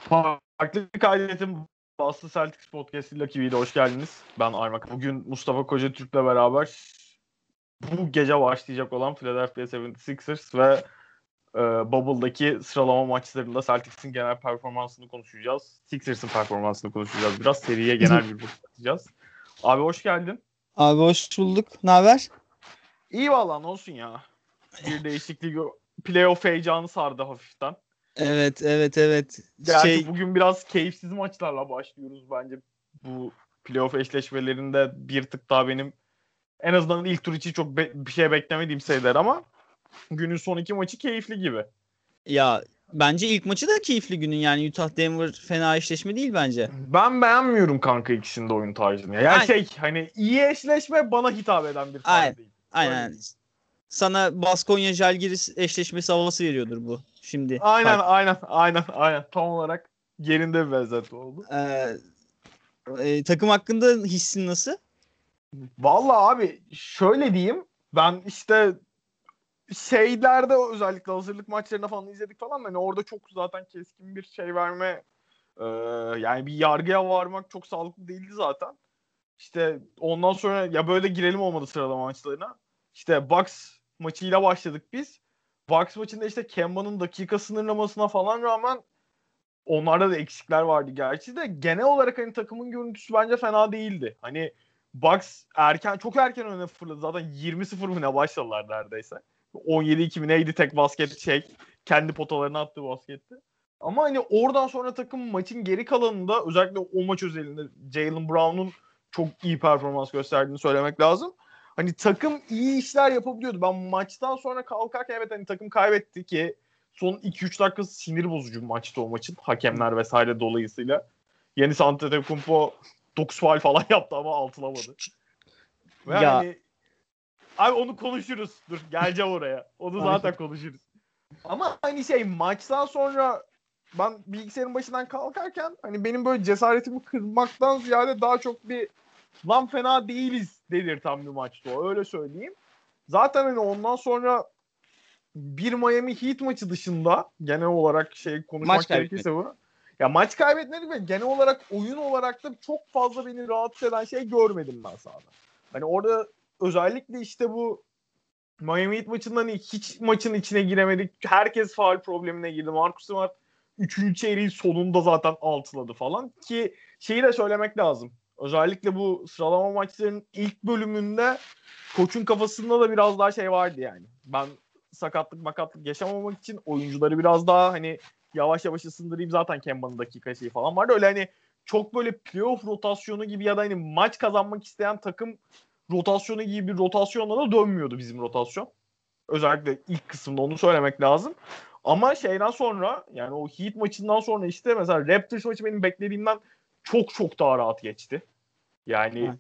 Farklı kaydetim Boston Celtics Podcast ile TV'de hoş geldiniz. Ben Aymak. Bugün Mustafa Kocatürk'le beraber bu gece başlayacak olan Philadelphia 76ers ve Bubble'daki sıralama maçlarında Celtics'in genel performansını konuşacağız. Sixers'ın performansını konuşacağız. Biraz seriye genel bir bakış atacağız. Abi hoş geldin. Abi hoş bulduk. Ne haber? İyi vallahi ne olsun ya. Bir değişiklik, playoff heyecanı sardı hafiften. Evet. Gerçi bugün biraz keyifsiz maçlarla başlıyoruz bence. Bu playoff eşleşmelerinde bir tık daha benim en azından ilk tur için çok bir şey beklemediğim sayılar ama günün son iki maçı keyifli gibi. Ya bence ilk maçı da keyifli günün, yani Utah Denver fena eşleşme değil bence. Ben beğenmiyorum kanka ikisinin de oyun tarzını. Yani hani iyi eşleşme bana hitap eden bir tarz değil. Aynen. Sana Baskonya Žalgiris eşleşmesi havası veriyordur bu şimdi. Aynen. Tam olarak yerinde bir benzeti oldu. Takım hakkında hissin nasıl? Vallahi abi şöyle diyeyim. Ben işte şeylerde özellikle hazırlık maçlarına falan izledik falan. Hani orada çok zaten keskin bir şey verme yani bir yargıya varmak çok sağlıklı değildi zaten. İşte ondan sonra ya böyle girelim olmadı sıralama maçlarına. İşte Bucks maçıyla başladık biz. Bucks maçında işte Kemba'nın dakika sınırlamasına falan rağmen onlarda da eksikler vardı gerçi de genel olarak hani takımın görüntüsü bence fena değildi. Hani Bucks çok erken öne fırladı. Zaten 20-0 mı ne başladılar neredeyse. 17-2 mi neydi tek basket kendi potalarına attığı basketti. Ama hani oradan sonra takım maçın geri kalanında özellikle o maç özelinde Jaylen Brown'un çok iyi performans gösterdiğini söylemek lazım. Hani takım iyi işler yapabiliyordu. Ben maçtan sonra kalkarken evet hani takım kaybetti ki son 2-3 dakikası sinir bozucu bir maçtı o maçın. Hakemler vesaire dolayısıyla. Giannis Antetokounmpo 9 faul falan yaptı ama altılamadı. Ve ya hani abi onu konuşuruz. Dur geleceğim oraya. Onu zaten konuşuruz. Ama hani maçtan sonra ben bilgisayarın başından kalkarken hani benim böyle cesaretimi kırmaktan ziyade daha çok bir lan fena değiliz dedirten bir maçtı o. Öyle söyleyeyim. Zaten hani ondan sonra bir Miami Heat maçı dışında genel olarak konuşmak gerekirse bu. Ya maç kaybetmedi ve genel olarak oyun olarak da çok fazla beni rahatsız eden şey görmedim ben sahada. Hani orada özellikle işte bu Miami Heat maçında hani hiç maçın içine giremedik. Herkes faul problemine girdi. Marcus Smart 3. çeyreğin sonunda zaten altıladı falan. Ki şeyi de söylemek lazım. Özellikle bu sıralama maçlarının ilk bölümünde koçun kafasında da biraz daha şey vardı yani. Ben sakatlık yaşamamak için oyuncuları biraz daha hani yavaş yavaş ısındırayım, zaten Kemba'nın dakika falan vardı. Öyle hani çok böyle playoff rotasyonu gibi ya da hani maç kazanmak isteyen takım rotasyonu gibi bir rotasyonla da dönmüyordu bizim rotasyon. Özellikle ilk kısımda onu söylemek lazım. Ama şeyden sonra yani o Heat maçından sonra işte mesela Raptors maçı benim beklediğimden çok daha rahat geçti. Yani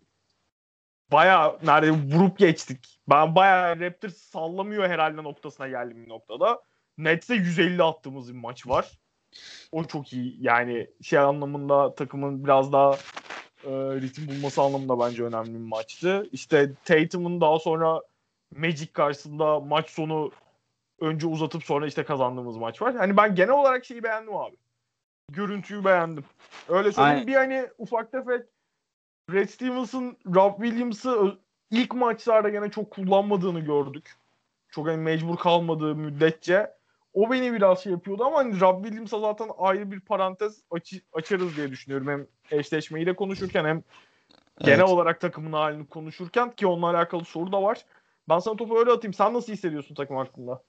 bayağı neredeyse vurup geçtik. Ben bayağı Raptors sallamıyor herhalde noktasına geldim bir noktada. Nets'e 150 attığımız bir maç var. O çok iyi. Yani anlamında takımın biraz daha ritim bulması anlamında bence önemli bir maçtı. İşte Tatum'un daha sonra Magic karşısında maç sonu önce uzatıp sonra işte kazandığımız maç var. Hani ben genel olarak beğendim abi. Görüntüyü beğendim. Öyle söyleyeyim. Bir hani ufak tefek Brad Stevens'ın Rob Williams'ı ilk maçlarda gene çok kullanmadığını gördük. Çok hani mecbur kalmadığı müddetçe. O beni biraz yapıyordu ama hani Rob Williams'a zaten ayrı bir parantez açarız diye düşünüyorum. Hem eşleşmeyi de konuşurken hem genel olarak takımın halini konuşurken ki onunla alakalı soru da var. Ben sana topu öyle atayım. Sen nasıl hissediyorsun takım hakkında?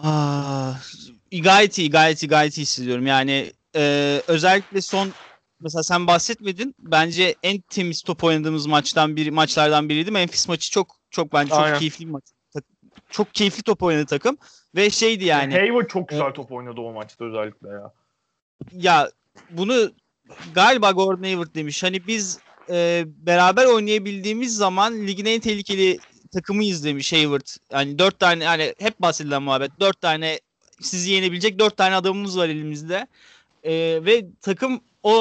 Gayet iyi hissediyorum. Yani özellikle son, mesela sen bahsetmedin. Bence en temiz top oynadığımız maçlardan biriydi. Memphis maçı çok bence çok keyifli bir maç. Çok keyifli top oynadı takım ve şeydi yani. Hayward çok güzel top oynadı o maçta özellikle ya. Ya bunu galiba Gordon Hayward demiş. Hani biz beraber oynayabildiğimiz zaman ligin en tehlikeli takımıyız demiş Hayward. Yani 4 tane, hani hep bahsedilen muhabbet. 4 tane sizi yenebilecek 4 tane adamımız var elimizde. Ve takım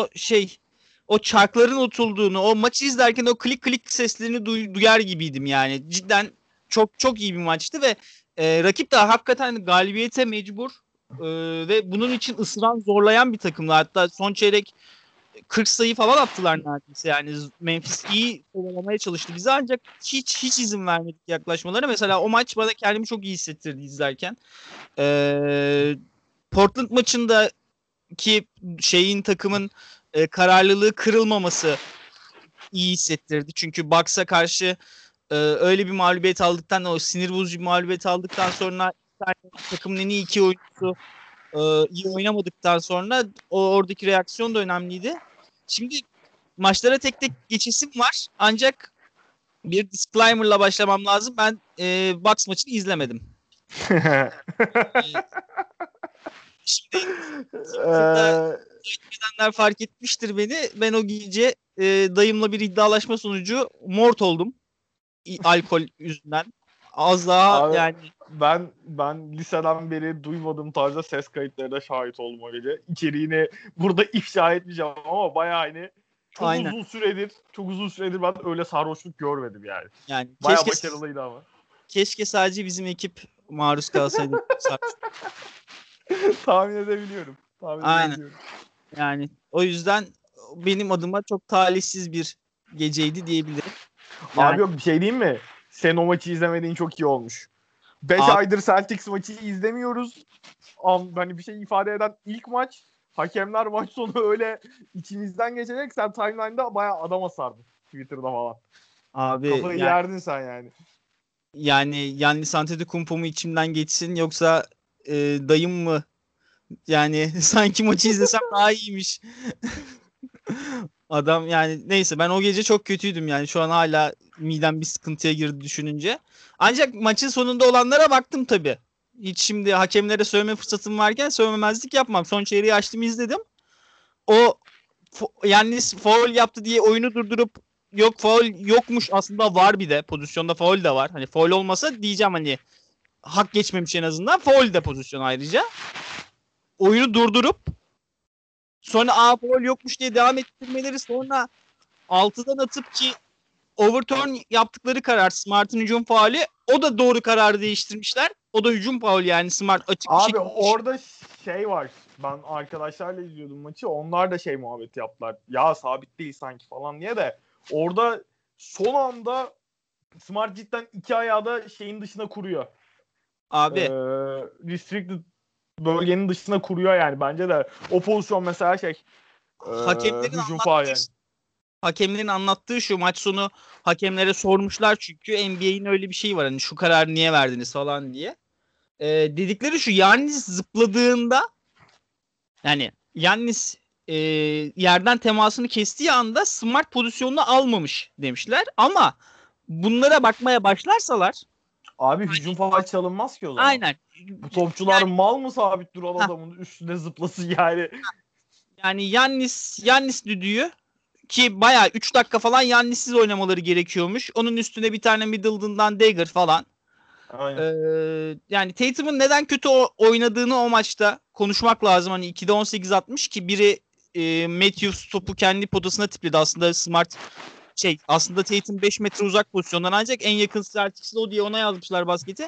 o çarkların oturduğunu, o maçı izlerken o klik klik seslerini duyar gibiydim yani. Cidden çok iyi bir maçtı ve rakip de hakikaten galibiyete mecbur. ve bunun için ısıran, zorlayan bir takımdı. Hatta son çeyrek 40 sayı falan attılar neredeyse. Yani Memphis iyi kovalamaya çalıştı bizi ancak hiç izin vermedik yaklaşmalarına. Mesela o maç bana kendimi çok iyi hissettirdi izlerken. Portland maçındaki takımın kararlılığı kırılmaması iyi hissettirdi. Çünkü Bucks'a karşı öyle bir mağlubiyet aldıktan, o sinir bozucu bir mağlubiyet aldıktan sonra takımın en iyi iki oyuncusu iyi oynamadıktan sonra oradaki reaksiyon da önemliydi. Şimdi maçlara tek tek geçesim var. Ancak bir disclaimer'la başlamam lazım. Ben Bucks maçını izlemedim. Şimdi gidenler fark etmiştir beni. Ben o gece dayımla bir iddialaşma sonucu mort oldum. Alkol yüzünden. Az daha abi, yani. Ben liseden beri duymadığım tarzda ses kayıtlarına şahit oldum o gece. İçeriğini burada ifşa etmeyeceğim ama bayağı hani çok uzun süredir ben öyle sarhoşluk görmedim yani. Yani bayağı başarılıydı ama. Keşke sadece bizim ekip maruz kalsaydı. Tahmin edebiliyorum. Aynen. Yani o yüzden benim adıma çok talihsiz bir geceydi diyebilirim. Yani... Abi yok bir şey diyeyim mi? Sen o maçı izlemediğin çok iyi olmuş. 5 aydır Celtics maçı izlemiyoruz. Hani bir şey ifade eden ilk maç. Hakemler maç sonu öyle içimizden geçecek. Sen timeline'da bayağı adama sardın. Twitter'da falan. Abi kafayı yerdin sen yani. Yani Giannis Antetokounmpo mu içimden geçsin yoksa dayım mı? Yani sanki maçı izlesem daha iyiymiş. Adam yani neyse ben o gece çok kötüydüm yani şu an hala midem bir sıkıntıya girdi düşününce. Ancak maçın sonunda olanlara baktım tabii. Hiç şimdi hakemlere söyleme fırsatım varken söylememezlik yapmam. Son çeyreği açtım izledim. O Giannis foul yaptı diye oyunu durdurup yok faul yokmuş aslında var bir de pozisyonda faul de var. Hani faul olmasa diyeceğim hani hak geçmemiş en azından faul de pozisyon ayrıca. Oyunu durdurup sonra faul yokmuş diye devam ettirmeleri sonra 6'dan atıp ki overturn yaptıkları karar Smart'ın hücum faali o da doğru kararı değiştirmişler. O da hücum faul yani Smart açık bir şekilde. Abi orada şey var. Ben arkadaşlarla izliyordum maçı. Onlar da şey muhabbeti yaptılar. Ya sabit değil sanki falan diye de. Orada son anda Smart cidden iki ayağı da şeyin dışına kuruyor. Abi. Restricted bölgenin dışına kuruyor yani. Bence de o pozisyon mesela hücum faal yani. Hakemlerin anlattığı şu maç sonu hakemlere sormuşlar çünkü NBA'in öyle bir şeyi var hani şu kararı niye verdiniz falan diye. Dedikleri şu Giannis zıpladığında yani Giannis yerden temasını kestiği anda Smart pozisyonunu almamış demişler ama bunlara bakmaya başlarsalar abi hücum faal çalınmaz ki o zaman. Aynen. Bu topçular mal mı sabit duran adamın üstüne zıplasın yani. Yani Giannis düdüğü ki bayağı 3 dakika falan Giannis'siz oynamaları gerekiyormuş. Onun üstüne bir tane Middleton'dan Dagger falan. Yani Tatum'un neden kötü oynadığını o maçta konuşmak lazım. Hani 2'de 18 atmış ki biri Matthews topu kendi potasına tipledi. Aslında Smart aslında Tatum 5 metre uzak pozisyondan ancak en yakın Celtics'de o diye ona yazmışlar basketi.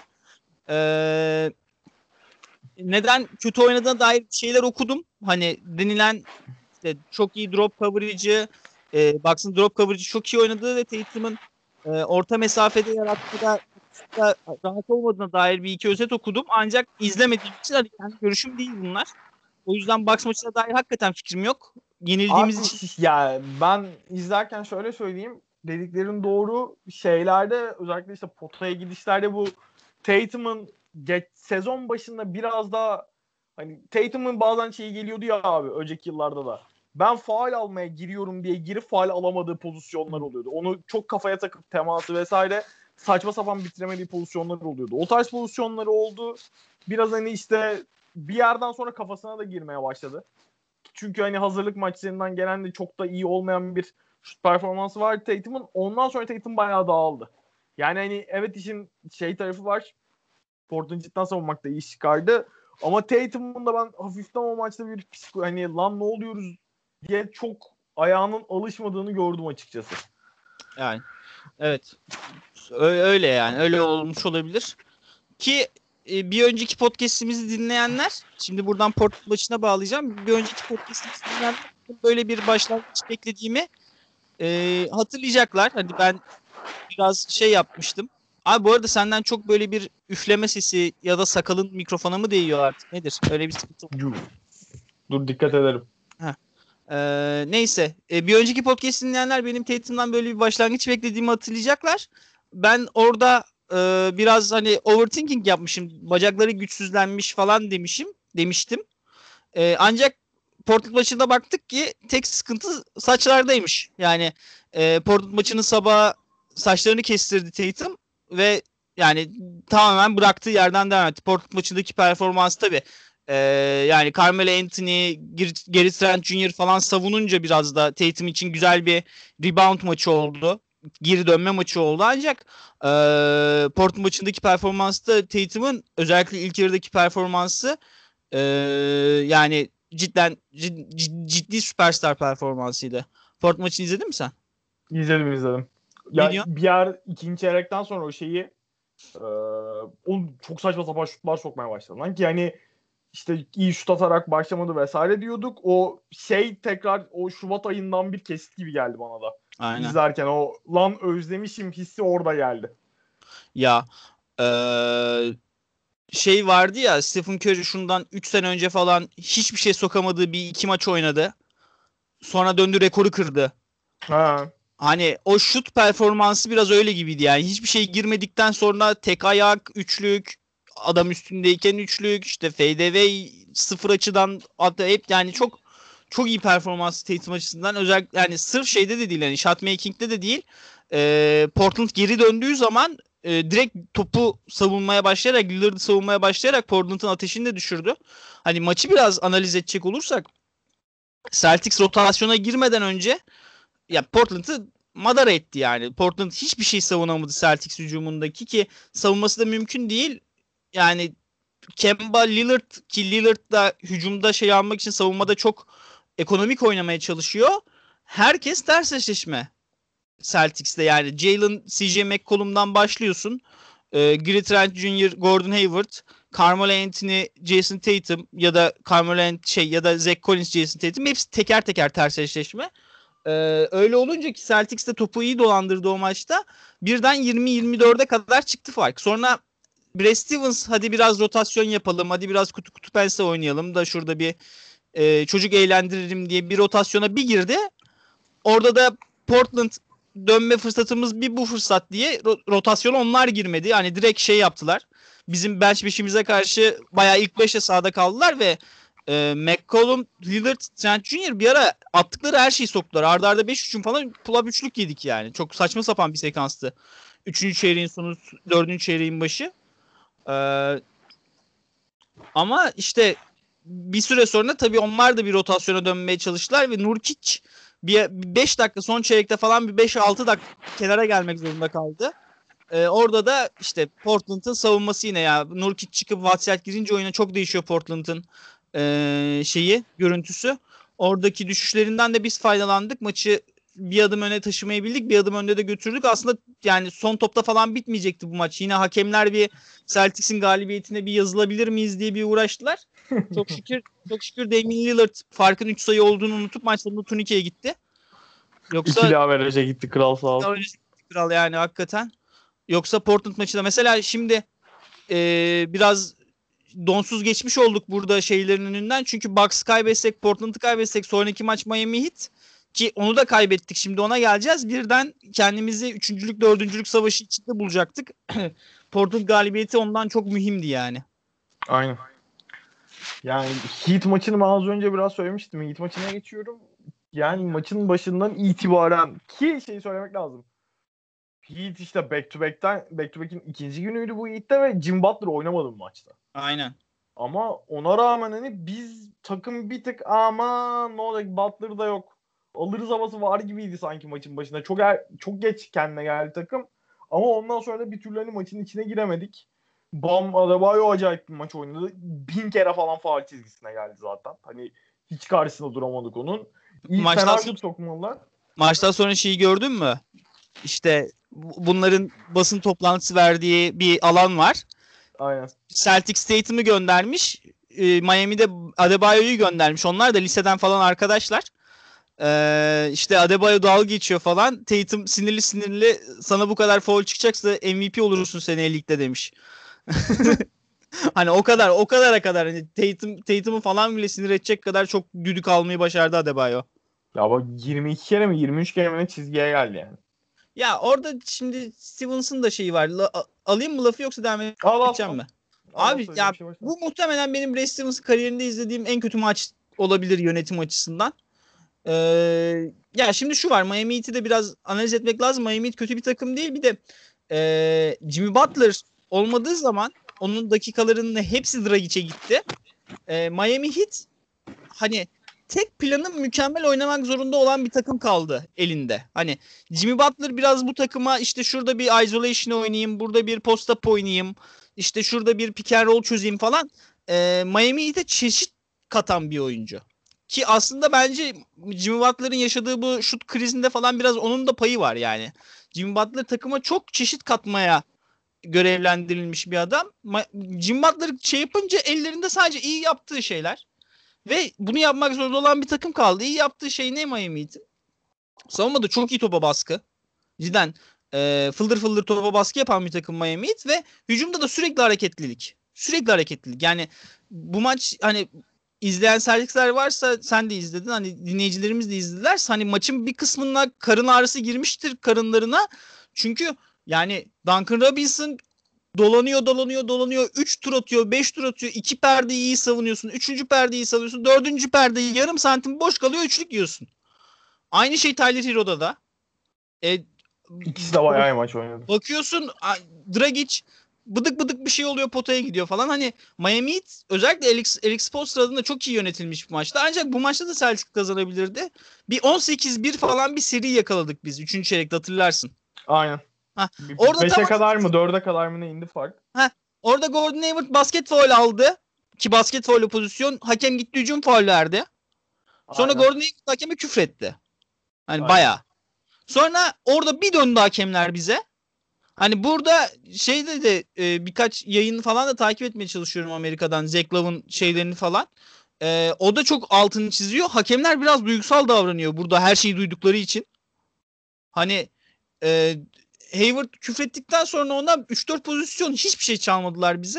Neden kötü oynadığına dair şeyler okudum. Hani denilen işte çok iyi drop coverage'ı, Bucks'ın drop coverage'ı çok iyi oynadığı ve Tatum'un orta mesafede yarattığı rahat olmadığına dair bir iki özet okudum. Ancak izlemediğim için hani kendi görüşüm değil bunlar. O yüzden Bucks maçına dair hakikaten fikrim yok. Yenildiğimiz abi, için. Ya ben izlerken şöyle söyleyeyim. Dediklerin doğru şeylerde özellikle işte potaya gidişlerde bu Tatum'un sezon başında biraz daha hani Tatum'un bazen şeyi geliyordu ya abi önceki yıllarda da. Ben faul almaya giriyorum diye girip faul alamadığı pozisyonlar oluyordu. Onu çok kafaya takıp teması vesaire saçma sapan bitiremediği pozisyonlar oluyordu. O tarz pozisyonları oldu. Biraz hani işte bir yerden sonra kafasına da girmeye başladı. Çünkü hani hazırlık maçlarından gelen de çok da iyi olmayan bir şut performansı var Tatum'un. Ondan sonra Tatum bayağı dağıldı. Yani hani evet işin tarafı var. Portland cidden savunmakta iyi çıkardı. Ama Tatum'un da ben hafiften o maçta bir hani lan ne oluyoruz diye çok ayağının alışmadığını gördüm açıkçası. Yani evet. Öyle yani. Öyle olmuş olabilir. Ki bir önceki podcast'imizi dinleyenler, şimdi buradan Portland maçına bağlayacağım. Bir önceki podcast'imizi dinleyenler böyle bir başlangıç beklediğimi hatırlayacaklar. Hani ben biraz şey yapmıştım. Abi bu arada senden çok böyle bir üfleme sesi ya da sakalın mikrofona mı değiyor artık? Nedir? Öyle bir sıkıntı var. Dur dikkat ederim. Neyse. Bir önceki podcast dinleyenler benim Tatum'dan böyle bir başlangıç beklediğimi hatırlayacaklar. Ben orada biraz hani overthinking yapmışım. Bacakları güçsüzlenmiş falan demiştim. Ancak Portland maçında baktık ki tek sıkıntı saçlardaymış. Yani Portland maçının sabah saçlarını kestirdi Tatum ve yani tamamen bıraktığı yerden devam etti. Portland maçındaki performans tabii. Yani Carmelo Anthony, Gary Trent Jr. falan savununca biraz da Tatum için güzel bir rebound maçı oldu. Geri dönme maçı oldu. Ancak Portland maçındaki performansta Tatum'un özellikle ilk yarıdaki performansı yani ciddi süperstar performansıydı. Portland maçını izledin mi sen? İzledim. Ya bir yer ikinci çeyrekten sonra o şeyi o çok saçma sapan şutlar sokmaya başladı. Lan ki yani işte iyi şut atarak başlamadı vesaire diyorduk. O şey tekrar o Şubat ayından bir kesit gibi geldi bana da. Aynen. İzlerken o lan özlemişim hissi orada geldi. Ya şey vardı ya, Stephen Curry şundan 3 sene önce falan hiçbir şey sokamadığı bir 2 maç oynadı. Sonra döndü rekoru kırdı. Ha. Hani o şut performansı biraz öyle gibiydi yani. Hiçbir şey girmedikten sonra tek ayak, üçlük, adam üstündeyken üçlük, işte fadeaway, sıfır açıdan hatta hep yani çok çok iyi performans Tatum açısından. Özellikle yani sırf şeyde de değil, yani shot making'de de değil. Portland geri döndüğü zaman direkt topu savunmaya başlayarak, Lillard'ı savunmaya başlayarak Portland'ın ateşini de düşürdü. Hani maçı biraz analiz edecek olursak Celtics rotasyona girmeden önce ya Portland'ı madara etti yani. Portland hiçbir şey savunamadı Celtics hücumundaki, ki savunması da mümkün değil. Yani Kemba Lillard, ki Lillard da hücumda şey almak için savunmada çok ekonomik oynamaya çalışıyor. Herkes ters eşleşme Celtics'te yani. Jalen, CJ McCollum'dan başlıyorsun. Gary Trent Jr., Gordon Hayward, Carmelo Anthony, Jason Tatum ya da ya da Zach Collins, Jason Tatum hepsi teker teker ters eşleşme. Öyle olunca ki Celtics de topu iyi dolandırdı o maçta. Birden 20-24'e kadar çıktı fark. Sonra Brad Stevens hadi biraz rotasyon yapalım, hadi biraz kutu kutu pense oynayalım da şurada bir çocuk eğlendiririm diye bir rotasyona bir girdi. Orada da Portland dönme fırsatımız bir bu fırsat diye rotasyona onlar girmedi. Yani direkt şey yaptılar. Bizim bench beşimize karşı bayağı ilk 5'e sahada kaldılar ve McCollum, Lillard, Trent Jr. bir ara attıkları her şeyi soktular. Arda arda 5 3'ün falan pull-up üçlük yedik yani. Çok saçma sapan bir sekanstı. 3. çeyreğin sonu, 4. çeyreğin başı. Ama işte bir süre sonra tabii onlar da bir rotasyona dönmeye çalıştılar ve Nurkic bir 5 dakika son çeyrekte falan bir 5-6 dakika kenara gelmek zorunda kaldı. Orada da işte Portland'ın savunması yine ya. Nurkic çıkıp Vatsel girince oyuna çok değişiyor Portland'ın görüntüsü. Oradaki düşüşlerinden de biz faydalandık. Maçı bir adım öne taşımayı bildik. Bir adım önde de götürdük. Aslında yani son topta falan bitmeyecekti bu maç. Yine hakemler bir Celtics'in galibiyetine bir yazılabilir miyiz diye bir uğraştılar. Çok şükür Damian Lillard farkın 3 sayı olduğunu unutup maçlarında turnike'ye gitti. Yoksa ikili average'e gitti kral sağ olsun. Kral yani hakikaten. Yoksa Portland maçında mesela şimdi biraz donsuz geçmiş olduk burada şeylerin önünden. Çünkü Bucks'ı kaybetsek, Portland'ı kaybetsek sonraki maç Miami Heat, ki onu da kaybettik. Şimdi ona geleceğiz. Birden kendimizi 3. 4. savaşı içinde bulacaktık. Portland galibiyeti ondan çok mühimdi yani. Aynen. Yani Heat maçını az önce biraz söylemiştim. Heat maçına geçiyorum. Yani maçın başından itibaren ki şeyi söylemek lazım. Heat işte back to back'in ikinci günüydü bu Heat'te ve Jim Butler oynamadı bu maçta. Aynen. Ama ona rağmen hani biz takım bir tık aman ne olacak, Butler da yok, alırız havası var gibiydi sanki maçın başında. Çok geç kendine geldi takım. Ama ondan sonra da bir türlü hani maçın içine giremedik. Bam Adebayo acayip bir maç oynadı. 1000 kere falan faul çizgisine geldi zaten. Hani hiç karşısında duramadık onun. İyi fena şut sokmalılar. Maçtan sonra şeyi gördün mü? İşte bunların basın toplantısı verdiği bir alan var. Aynen. Celtics Tatum'u göndermiş. Miami'de Adebayo'yu göndermiş. Onlar da liseden falan arkadaşlar. İşte Adebayo dalga geçiyor falan. Tatum sinirli sinirli sana bu kadar foul çıkacaksa MVP olursun seneye ligde demiş. Hani o kadara kadar hani Tatum'u falan bile sinir edecek kadar çok düdük almayı başardı Adebayo. Ya bak 22 kere mi 23 kere mi çizgiye geldi yani. Ya orada şimdi Stevens'ın da şeyi var. Alayım mı lafı yoksa devam edeceğim mi? Abi ya şey bu muhtemelen benim Brad Stevens'ın kariyerinde izlediğim en kötü maç olabilir yönetim açısından. Ya şimdi şu var. Miami Heat'i de biraz analiz etmek lazım. Miami Heat kötü bir takım değil. Bir de Jimmy Butler olmadığı zaman onun dakikalarının hepsi Dragic'e gitti. Miami Heat hani tek planı mükemmel oynamak zorunda olan bir takım kaldı elinde. Hani Jimmy Butler biraz bu takıma işte şurada bir isolation oynayayım, burada bir post-up oynayayım, işte şurada bir pick and roll çözeyim falan. Miami Heat'e çeşit katan bir oyuncu. Ki aslında bence Jimmy Butler'ın yaşadığı bu şut krizinde falan biraz onun da payı var yani. Jimmy Butler takıma çok çeşit katmaya görevlendirilmiş bir adam. Jimmy Butler şey yapınca ellerinde sadece iyi yaptığı şeyler. Ve bunu yapmak zorunda olan bir takım kaldı. İyi yaptığı şey ne Miami'ydi? Savunmada çok iyi topa baskı. Cidden fıldır fıldır topa baskı yapan bir takım Miami Heat ve hücumda da sürekli hareketlilik. Sürekli hareketlilik. Yani bu maç hani izleyen Celtics'ler varsa sen de izledin. Hani dinleyicilerimiz de izlediler. Hani maçın bir kısmına karın ağrısı girmiştir karınlarına. Çünkü yani Duncan Robinson dolanıyor. 3 tur atıyor, 5 tur atıyor. 2 perdeyi iyi savunuyorsun. 3. perdeyi iyi savunuyorsun. 4. perdeyi yarım santim boş kalıyor. Üçlük yiyorsun. Aynı şey Tyler Hero'da da. İkisi de bayağı iyi maç oynadı. Bakıyorsun Dragic bıdık bıdık bir şey oluyor potaya gidiyor falan. Hani Miami Heat özellikle Eric Spoelstra adına çok iyi yönetilmiş bir maçtı. Ancak bu maçta da Celtics kazanabilirdi. Bir 18-1 falan bir seri yakaladık biz. 3. çeyrekte hatırlarsın. Aynen. Heh, orada 5'e kadar mı 4'e kadar mı ne indi fark? Orada Gordon Hayward basket faul aldı. Ki basket faulü pozisyon. Hakem gitti hücum faul verdi. Sonra Aynen. Gordon Hayward hakeme küfretti. Hani Aynen. bayağı. Sonra orada bir döndü hakemler bize. Hani burada şeyde de birkaç yayın falan da takip etmeye çalışıyorum Amerika'dan. Zach Love'ın şeylerini falan. O da çok altını çiziyor. Hakemler biraz duygusal davranıyor burada her şeyi duydukları için. Hani e, Hayward küfrettikten sonra ondan 3-4 pozisyon hiçbir şey çalmadılar bize.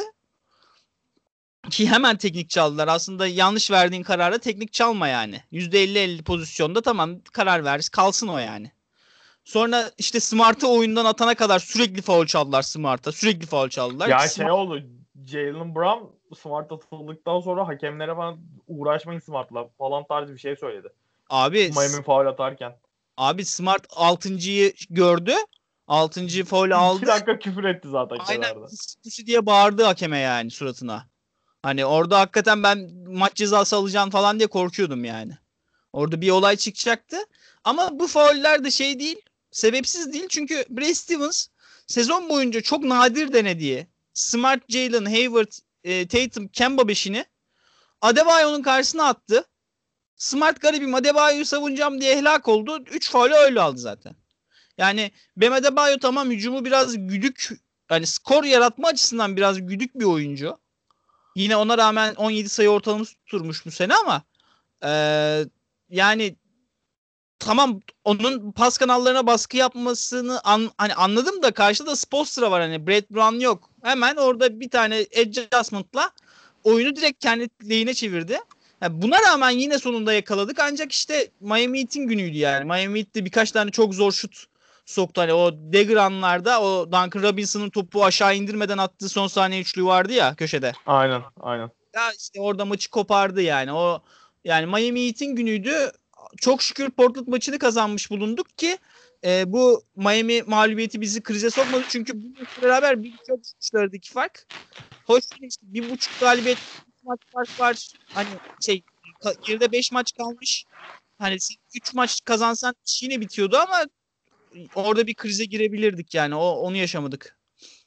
Ki hemen teknik çaldılar. Aslında yanlış verdiğin karara teknik çalma yani. %50-50 pozisyonda tamam karar ver. Kalsın o yani. Sonra işte Smart'ı oyundan atana kadar sürekli faul çaldılar Smart'a. Sürekli faul çaldılar. Ya şey oldu. Jaylen Brown Smart atıldıktan sonra hakemlere falan uğraşmayın Smart'la falan tarzı bir şey söyledi. Abi Miami faul atarken. Smart 6.'yı gördü. 6. faul 2 aldı. dakika küfür etti zaten Aynen kenarda. pusu diye bağırdı hakeme yani suratına. Hani orada hakikaten ben maç cezası alacağım falan diye korkuyordum yani. Orada bir olay çıkacaktı. Ama bu fauller de şey değil. Sebepsiz değil. Çünkü Brad Stevens sezon boyunca çok nadir denediği Smart, Jalen, Hayward, Tatum, Kemba beşini Adebayo'nun karşısına attı. Smart garibim Adebayo'yu savunacağım diye helak oldu. 3 faulü öyle aldı zaten. Yani Bam Adebayo tamam hücumu biraz güdük. Yani skor yaratma açısından biraz güdük bir oyuncu. Yine ona rağmen 17 sayı ortalaması tutturmuş bu sene ama yani tamam onun pas kanallarına baskı yapmasını hani anladım da karşıda da Spoelstra var hani Brett Brown yok. Hemen orada bir tane adjustment'la oyunu direkt kendi lehine çevirdi. Yani buna rağmen yine sonunda yakaladık ancak işte Miami Heat'in günüydü yani. Miami Heat'te birkaç tane çok zor şut soktu. Hani o dagger anlarda o Duncan Robinson'ın topu aşağı indirmeden attığı son saniye üçlü vardı ya köşede. Aynen. Ya işte orada maçı kopardı yani. O yani Miami Heat'in günüydü. Çok şükür Portland maçını kazanmış bulunduk ki bu Miami mağlubiyeti bizi krize sokmadı. Çünkü bununla beraber bir çok düşmüşlerdi iki fark. Hoş işte 1.5 galibiyet maç fark var. Hani şey geride 5 maç kalmış. Hani 3 maç kazansan yine bitiyordu ama orada bir krize girebilirdik yani. Onu yaşamadık.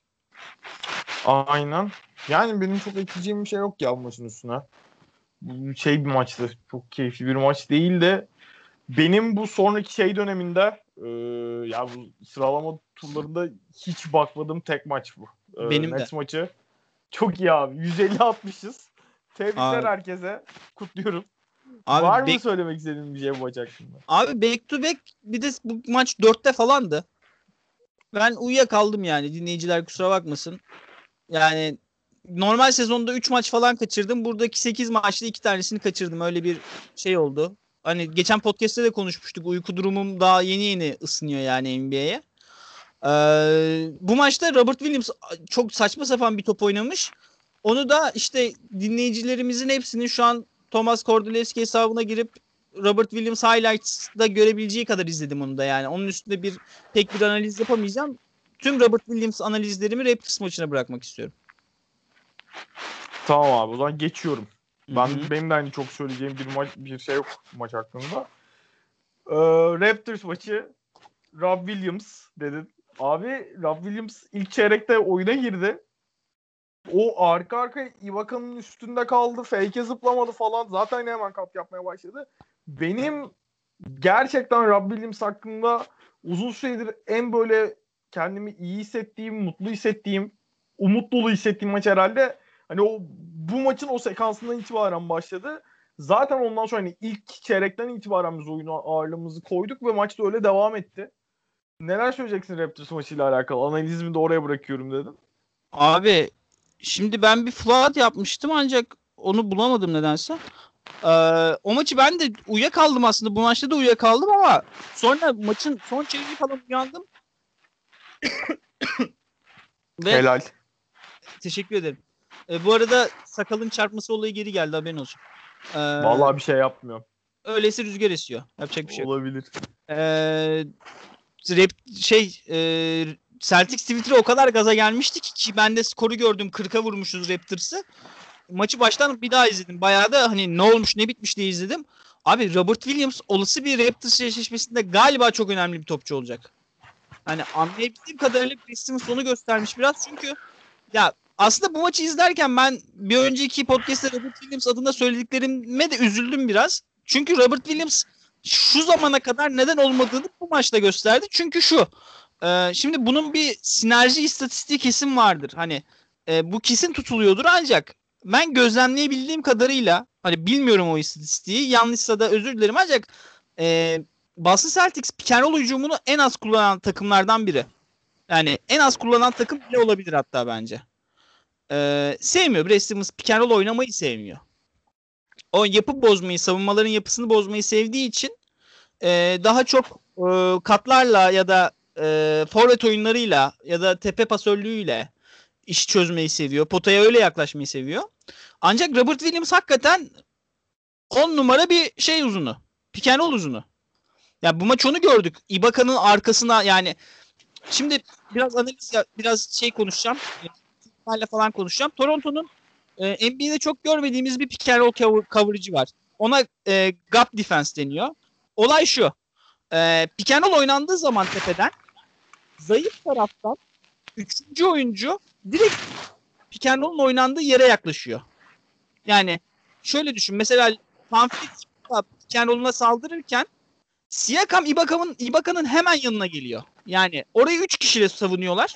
Aynen. Yani benim çok ekleyeceğim bir şey yok ya bu maçın üstüne. Şey bir maçtı. Çok keyifli bir maç değil de benim bu sonraki şey döneminde ya bu sıralama turlarında hiç bakmadığım tek maç bu. Benim de. Nets maçı. Çok iyi abi. 150 atmışız. Tebrikler Abi. herkese. Kutluyorum. Abi Var mı söylemek istediğin bir şey bu maç hakkında? Abi back to back, bir de bu maç 4'te falandı. Ben uyuyakaldım yani, dinleyiciler kusura bakmasın. Yani normal sezonda 3 maç falan kaçırdım. Buradaki 8 maçta 2 tanesini kaçırdım. Öyle bir şey oldu. Hani geçen podcast'te de konuşmuştuk. Uyku durumum daha yeni yeni ısınıyor yani NBA'ye. Bu maçta Robert Williams çok saçma sapan bir top oynamış. Onu da işte dinleyicilerimizin hepsinin şu an Thomas Kordylewski hesabına girip Robert Williams highlights'da görebileceği kadar izledim onu da yani. Onun üstünde pek bir analiz yapamayacağım. Tüm Robert Williams analizlerimi Raptors maçına bırakmak istiyorum. Tamam abi, o zaman geçiyorum. Hı-hı. Benim de aynı çok söyleyeceğim bir şey yok maç hakkında. Raptors maçı, Rob Williams dedin. Abi Rob Williams ilk çeyrekte oyuna girdi. O arka arkaya Ibaka'nın üstünde kaldı. Fake'e zıplamadı falan. Zaten hemen kat yapmaya başladı. Benim gerçekten Rob Williams hakkında uzun süredir en böyle kendimi iyi hissettiğim, mutlu hissettiğim, umut dolu hissettiğim maç herhalde. Hani bu maçın o sekansından itibaren başladı. Zaten ondan sonra hani ilk çeyrekten itibaren biz oyuna ağırlığımızı koyduk ve maç da öyle devam etti. Neler söyleyeceksin Raptors maçıyla alakalı? Analizimi de oraya bırakıyorum dedim. Abi şimdi ben bir flood yapmıştım ancak onu bulamadım nedense. O maçı ben de uyuyakaldım aslında. Bu maçta da uyuyakaldım ama sonra maçın son çeyreği falan uyandım. Ve Helal. teşekkür ederim. Bu arada sakalın çarpması olayı geri geldi, haberin olsun. Vallahi bir şey yapmıyorum. Öyleyse rüzgar esiyor. Yapacak bir şey yok. Olabilir. Celtics Twitter'a o kadar gaza gelmişti ki ben de skoru gördüm. 40'a vurmuşuz Raptors'ı. Maçı baştan bir daha izledim. Bayağı da hani ne olmuş ne bitmiş diye izledim. Abi Robert Williams olası bir Raptors eşleşmesinde galiba çok önemli bir topçu olacak. Hani anlayabildiğim kadarıyla Preston sonu göstermiş biraz. Çünkü ya aslında bu maçı izlerken ben bir önceki podcast'te Robert Williams adına söylediklerime de üzüldüm biraz. Çünkü Robert Williams şu zamana kadar neden olmadığını bu maçta gösterdi. Çünkü şimdi bunun bir sinerji istatistiği kesin vardır. Hani bu kesin tutuluyordur ancak ben gözlemleyebildiğim kadarıyla, hani bilmiyorum o istatistiği, yanlışsa da özür dilerim, ancak Boston Celtics pick and roll hücumunu en az kullanan takımlardan biri. Yani en az kullanan takım bile olabilir hatta bence. Sevmiyor. Brad Stevens pick and roll oynamayı sevmiyor. O yapı bozmayı, savunmaların yapısını bozmayı sevdiği için daha çok katlarla ya da forvet oyunlarıyla ya da tepe pasörlüğüyle iş çözmeyi seviyor. Potaya öyle yaklaşmayı seviyor. Ancak Robert Williams hakikaten 10 numara bir şey uzunu. Pick and roll uzunu. Ya bu maç onu gördük. Ibaka'nın arkasına, yani şimdi biraz analiz, biraz şey konuşacağım. Falan konuşacağım. Toronto'nun NBA'de çok görmediğimiz bir pick and roll coverage'ı var. Ona gap defense deniyor. Olay şu. Pick and roll oynandığı zaman tepeden zayıf taraftan 3. oyuncu direkt pick and roll'un oynandığı yere yaklaşıyor. Yani şöyle düşün. Mesela Pamphlet pick and roll'una saldırırken Siakam Ibaka'nın hemen yanına geliyor. Yani orayı 3 kişiyle savunuyorlar.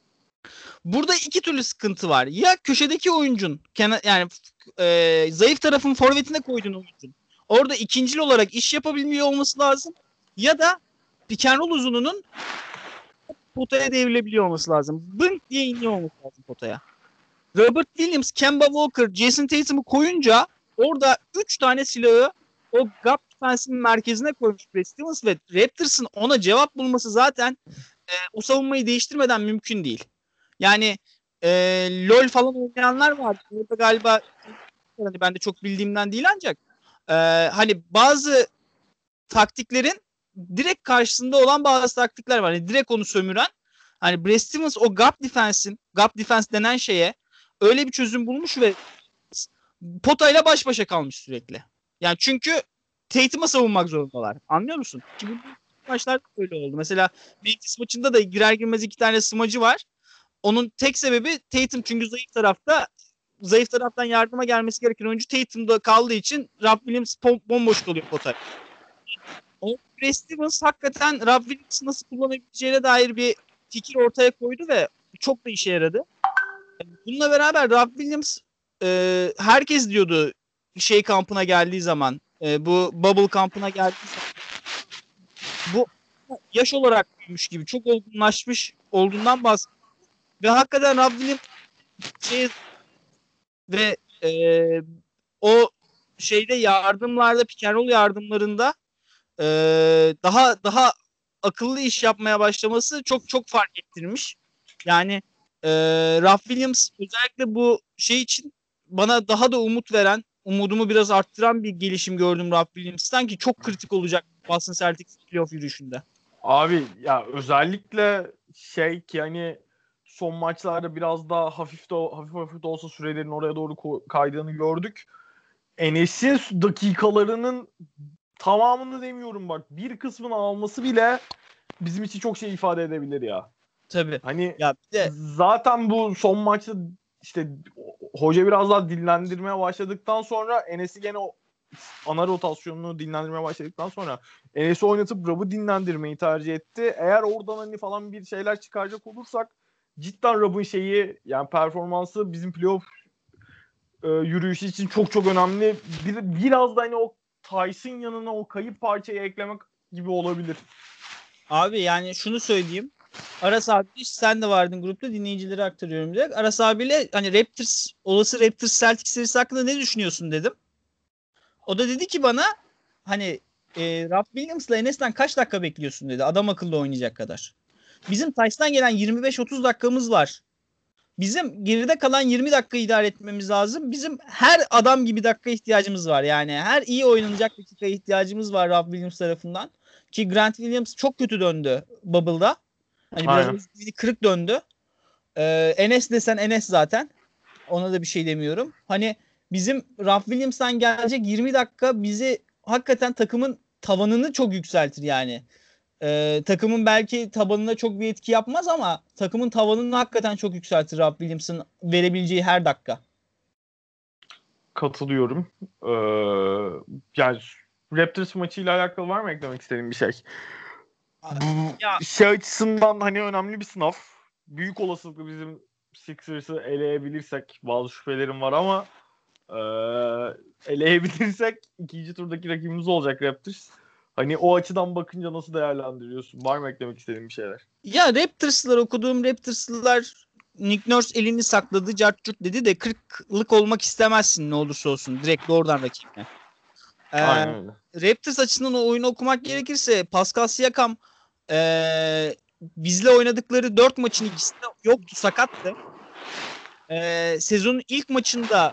Burada iki türlü sıkıntı var. Ya köşedeki oyuncun, yani zayıf tarafın forvetine koyduğun oyuncun orada ikincil olarak iş yapabilmiyor olması lazım. Ya da pick and roll uzununun potaya devrilebiliyor olması lazım. Bınk diye iniyor olması lazım potaya. Robert Williams, Kemba Walker, Jason Tatum'u koyunca orada 3 tane silahı o gap defense'in merkezine koymuş Brad Stevens ve Raptors'ın ona cevap bulması zaten o savunmayı değiştirmeden mümkün değil. Yani LoL falan oynayanlar var. Burada galiba hani ben de çok bildiğimden değil ancak hani bazı taktiklerin direkt karşısında olan bazı taktikler var. Hani direkt onu sömüren, hani Brad Stevens o gap defense denen şeye öyle bir çözüm bulmuş ve potayla baş başa kalmış sürekli. Yani çünkü Tatum'a savunmak zorundalar. Anlıyor musun? Ki bu maçlarda öyle oldu. Mesela Memphis maçında da girer girmez 2 tane smacı var. Onun tek sebebi Tatum, çünkü zayıf taraftan yardıma gelmesi gereken oyuncu Tatum'da kaldığı için Rob Williams bomboş kalıyor potaya. O Brad Stevens hakikaten Rob Williams'ı nasıl kullanabileceğine dair bir fikir ortaya koydu ve çok da işe yaradı. Bununla beraber Rob Williams herkes diyordu şey kampına geldiği zaman, bu Bubble kampına geldiği zaman bu yaş olarak büyümüş gibi, çok olgunlaşmış olduğundan bahsediyor. Ve hakikaten Rob Williams şey ve o şeyde yardımlarda, pick and roll yardımlarında daha akıllı iş yapmaya başlaması çok çok fark ettirmiş. Yani Rob Williams özellikle bu şey için bana daha da umut veren, umudumu biraz arttıran bir gelişim gördüm Rob Williams'tan ki çok kritik olacak Boston Celtics playoff yürüyüşünde. Abi ya özellikle şey ki hani son maçlarda biraz daha hafif de olsa sürelerin oraya doğru kaydığını gördük. Enes'in dakikalarının tamamını demiyorum bak. Bir kısmını alması bile bizim için çok şey ifade edebilir ya. Tabii. Hani ya bir de zaten bu son maçta işte hoca biraz daha dinlendirmeye başladıktan sonra Enes'i gene o ana rotasyonunu dinlendirmeye başladıktan sonra Enes'i oynatıp Rob'u dinlendirmeyi tercih etti. Eğer oradan hani falan bir şeyler çıkaracak olursak cidden Rob'un şeyi yani performansı bizim playoff yürüyüşü için çok çok önemli. Biraz da hani o Tyson yanına o kayıp parçayı eklemek gibi olabilir. Abi yani şunu söyleyeyim. Aras abi, sen de vardın grupta, dinleyicilere aktarıyorum direkt. Aras abiyle hani olası Raptors Celtics serisi hakkında ne düşünüyorsun dedim. O da dedi ki bana hani Rob Williams'la Enes'ten kaç dakika bekliyorsun dedi. Adam akıllı oynayacak kadar. Bizim Tyson'dan gelen 25-30 dakikamız var. Bizim geride kalan 20 dakika idare etmemiz lazım. Bizim her adam gibi dakika ihtiyacımız var. Yani her iyi oynanacak dakikaya ihtiyacımız var Rob Williams tarafından. Ki Grant Williams çok kötü döndü Bubble'da. Hani biraz özgüveni kırık döndü. Enes desen Enes zaten. Ona da bir şey demiyorum. Hani bizim Rob Williams'tan gelecek 20 dakika bizi hakikaten takımın tavanını çok yükseltir yani. Takımın belki tabanına çok bir etki yapmaz ama takımın tavanını hakikaten çok yükseltir Rob Williams'ın verebileceği her dakika. Katılıyorum. Yani Raptors maçıyla alakalı var mı eklemek istediğin bir şey? Ya Bu şey açısından hani önemli bir sınav. Büyük olasılıkla bizim Sixers'ı eleyebilirsek bazı şüphelerim var ama eleyebilirsek ikinci turdaki rakibimiz olacak Raptors. Hani o açıdan bakınca nasıl değerlendiriyorsun? Var mı eklemek istediğin bir şeyler? ya okuduğum Raptors'lar Nick Nurse elini sakladı, cart curt dedi de 40'lık olmak istemezsin ne olursa olsun direkt doğrudan rakibine. Aynen öyle. Raptors açısından o oyunu okumak gerekirse Pascal Siakam bizle oynadıkları 4 maçın ikisinde yoktu, sakattı. Sezonun ilk maçında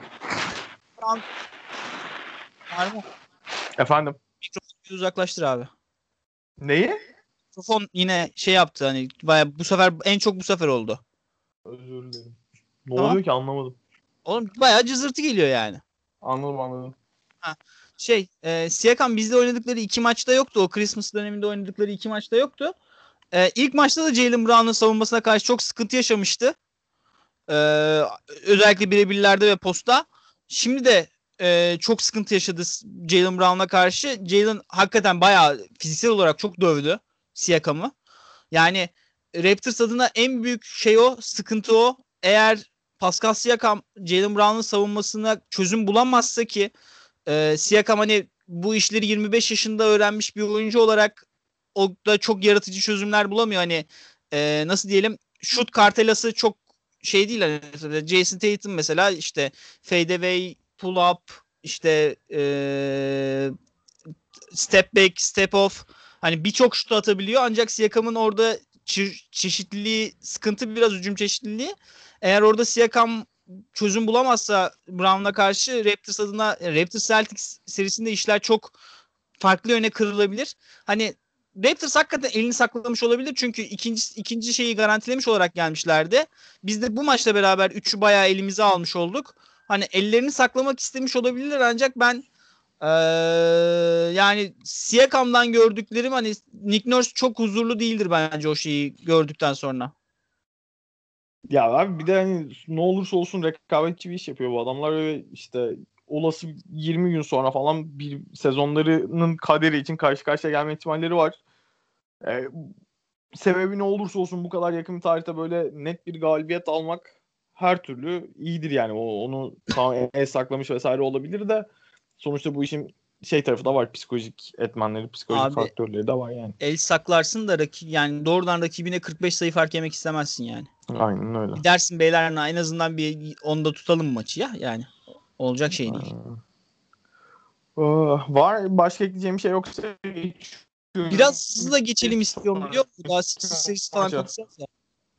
Efendim? mikrofonu uzaklaştır abi. Neyi? Mikrofon yine şey yaptı hani bayağı, bu sefer en çok bu sefer oldu. Özür dilerim. Ne Tamam. oluyor ki anlamadım. Oğlum bayağı cızırtı geliyor yani. Anladım. Ha. Siakam bizle oynadıkları 2 maçta yoktu. O Christmas döneminde oynadıkları 2 maçta yoktu. İlk maçta da Jaylen Brown'un savunmasına karşı çok sıkıntı yaşamıştı. Özellikle birebirlerde ve posta. Şimdi de çok sıkıntı yaşadı Jaylen Brown'a karşı. Jaylen hakikaten bayağı fiziksel olarak çok dövdü Siakam'ı. Yani Raptors adına en büyük şey o, sıkıntı o. Eğer Pascal Siakam Jaylen Brown'un savunmasına çözüm bulamazsa ki Siakam hani bu işleri 25 yaşında öğrenmiş bir oyuncu olarak o da çok yaratıcı çözümler bulamıyor. Hani nasıl diyelim, şut kartelası çok şey değil. Hani Jason Tatum mesela işte fadeaway, pull up, işte step back, step off, hani birçok şut atabiliyor ancak Siakam'ın orada çeşitliliği sıkıntı, biraz hücum çeşitliliği. Eğer orada Siakam çözüm bulamazsa Brown'a karşı Raptors adına, Raptors Celtics serisinde işler çok farklı yöne kırılabilir. Hani Raptors hakikaten elini saklamış olabilir çünkü ikinci şeyi garantilemiş olarak gelmişlerdi. Biz de bu maçla beraber 3'ü bayağı elimize almış olduk. Hani ellerini saklamak istemiş olabilirler ancak ben yani Siakam'dan gördüklerim, hani Nick Nurse çok huzurlu değildir bence o şeyi gördükten sonra. Ya abi bir de hani ne olursa olsun rekabetçi bir iş yapıyor bu adamlar ve işte olası 20 gün sonra falan bir sezonlarının kaderi için karşı karşıya gelme ihtimalleri var. Sebebi ne olursa olsun bu kadar yakın bir tarihte böyle net bir galibiyet almak her türlü iyidir yani. Onu tamam el saklamış vesaire olabilir de sonuçta bu işin tarafı da var. Psikolojik etmenleri, psikolojik Abi faktörleri de var yani. el saklarsın da yani doğrudan rakibine 45 sayı fark yemek istemezsin yani. Aynen öyle. Gidersin beyler en azından bir onda tutalım maçı ya yani. Olacak şey değil. Var başka ekleyeceğim şey yoksa Biraz hızlı da geçelim istiyorum biliyor musun? Daha serisi falan konuşacağız ya.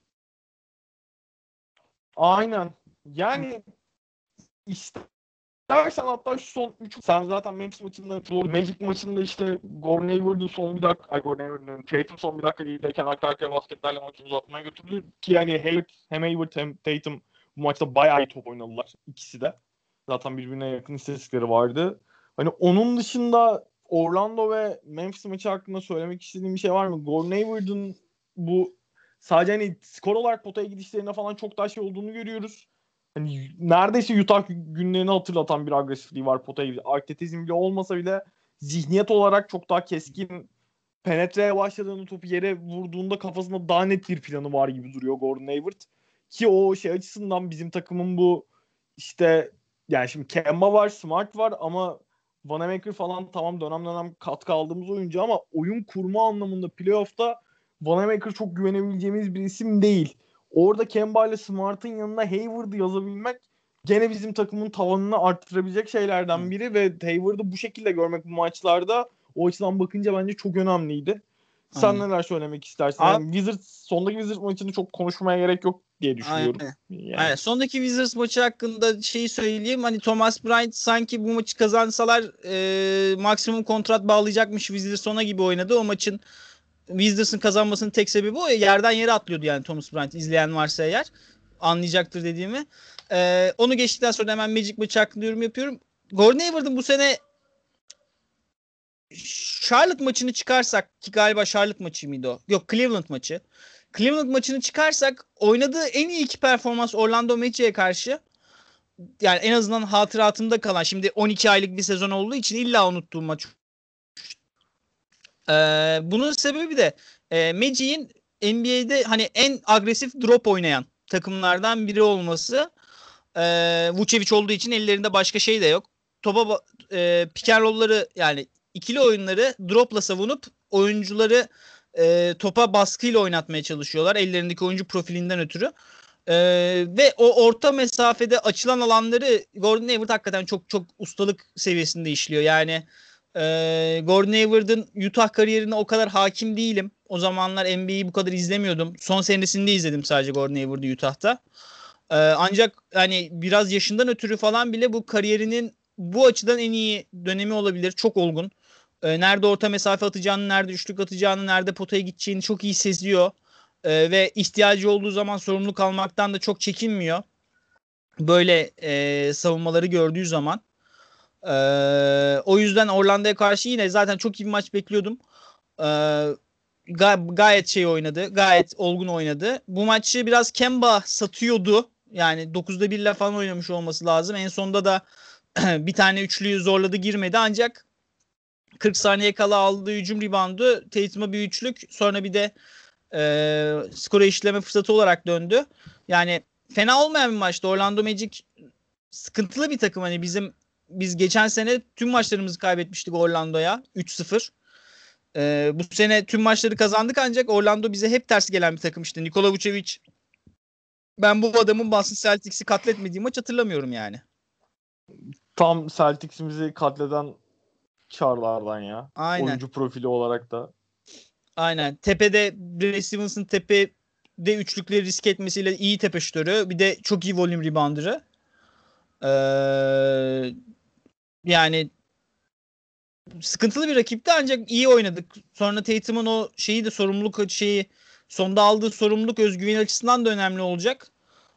Aynen. Yani istersen hatta şu son 3 sen zaten Memphis maçında Magic maçında işte Gordon Hayward'ın son bir dakika Gordon Hayward'ın Tatum son bir dakika değildeyken arka arkaya basketlerle maçı uzatmaya götürdü ki yani hem Hayward hem Tatum bu maçta bayağı iyi top oynadılar ikisi de. Zaten birbirine yakın istatistikleri vardı. Hani onun dışında Orlando ve Memphis maçı hakkında söylemek istediğim bir şey var mı? Gordon Hayward'ın bu sadece hani skor olarak potaya gidişlerine falan çok daha şey olduğunu görüyoruz. Hani neredeyse Utah günlerini hatırlatan bir agresifliği var potaya. Atletizm bile olmasa bile zihniyet olarak çok daha keskin, penetreye başladığında topu yere vurduğunda kafasında daha net bir planı var gibi duruyor Gordon Hayward. Ki o şey açısından bizim takımın bu işte yani şimdi Kemba var, Smart var ama Vanamaker falan tamam dönem dönem katkı aldığımız oyuncu ama oyun kurma anlamında playoff'ta Vanamaker çok güvenebileceğimiz bir isim değil. Orada Kemba ile Smart'ın yanına Hayward'ı yazabilmek gene bizim takımın tavanını arttırabilecek şeylerden biri ve Hayward'ı bu şekilde görmek bu maçlarda o açıdan bakınca bence çok önemliydi. Sen Aynen. neler söylemek istersin? Yani sondaki Wizards maçını çok konuşmaya gerek yok diye düşünüyorum. Aynen. Yani. Aynen. Sondaki Wizards maçı hakkında şeyi söyleyeyim. Hani Thomas Bryant sanki bu maçı kazansalar maksimum kontrat bağlayacakmış Wizards sona gibi oynadı. O maçın Wizards'ın kazanmasının tek sebebi o. Yerden yere atlıyordu yani Thomas Bryant. İzleyen varsa eğer anlayacaktır dediğimi. Onu geçtikten sonra hemen Magic maçı hakkında yorum yapıyorum. Gordon Hayward'ın bu sene Charlotte maçını çıkarsak ki galiba Charlotte maçı mıydı o? Yok, Cleveland maçı. Cleveland maçını çıkarsak oynadığı en iyi iki performans Orlando Magic'e karşı. Yani en azından hatıratımda kalan, şimdi 12 aylık bir sezon olduğu için illa unuttuğum maç. Bunun sebebi de Magic'in NBA'de hani en agresif drop oynayan takımlardan biri olması. Vucevic olduğu için ellerinde başka şey de yok. Topa pick and roll'ları yani ikili oyunları dropla savunup oyuncuları topa baskıyla oynatmaya çalışıyorlar. Ellerindeki oyuncu profilinden ötürü. Ve o orta mesafede açılan alanları Gordon Hayward hakikaten çok çok ustalık seviyesinde işliyor. Yani Gordon Hayward'ın Utah kariyerine o kadar hakim değilim. O zamanlar NBA'yi bu kadar izlemiyordum. Son senesinde izledim sadece Gordon Hayward'ı Utah'ta. Ancak hani biraz yaşından ötürü falan bile bu kariyerinin bu açıdan en iyi dönemi olabilir. Çok olgun. Nerede orta mesafe atacağını, nerede üçlük atacağını, nerede potaya gideceğini çok iyi seziyor. Ve ihtiyacı olduğu zaman sorumluluk almaktan da çok çekinmiyor. Böyle savunmaları gördüğü zaman. O yüzden Orlando'ya karşı yine zaten çok iyi bir maç bekliyordum. Gayet şey oynadı. Gayet olgun oynadı. Bu maçı biraz Kemba satıyordu. Yani 9'da 1'le falan oynamış olması lazım. En sonunda da bir tane üçlüyü zorladı, girmedi. Ancak 40 saniye kala aldığı hücum reboundu Tatum'a bir üçlük. Sonra bir de skora işleme fırsatı olarak döndü. Yani fena olmayan bir maçtı. Orlando Magic sıkıntılı bir takım. Hani biz geçen sene tüm maçlarımızı kaybetmiştik Orlando'ya 3-0. Bu sene tüm maçları kazandık ancak Orlando bize hep ters gelen bir takım işte. Nikola Vucevic, ben bu adamın Boston Celtics'i katletmediği maç hatırlamıyorum yani. Tam Celtics'imizi katleden çarlardan ya. Aynen. Oyuncu profili olarak da. Aynen. Tepede Brad Stevens'ın tepede üçlükleri risk etmesiyle iyi tepe şutörü. Bir de çok iyi volume rebounder'ı. Yani sıkıntılı bir rakipti ancak iyi oynadık. Sonra Tatum'un o şeyi de sonda aldığı sorumluluk özgüveni açısından da önemli olacak.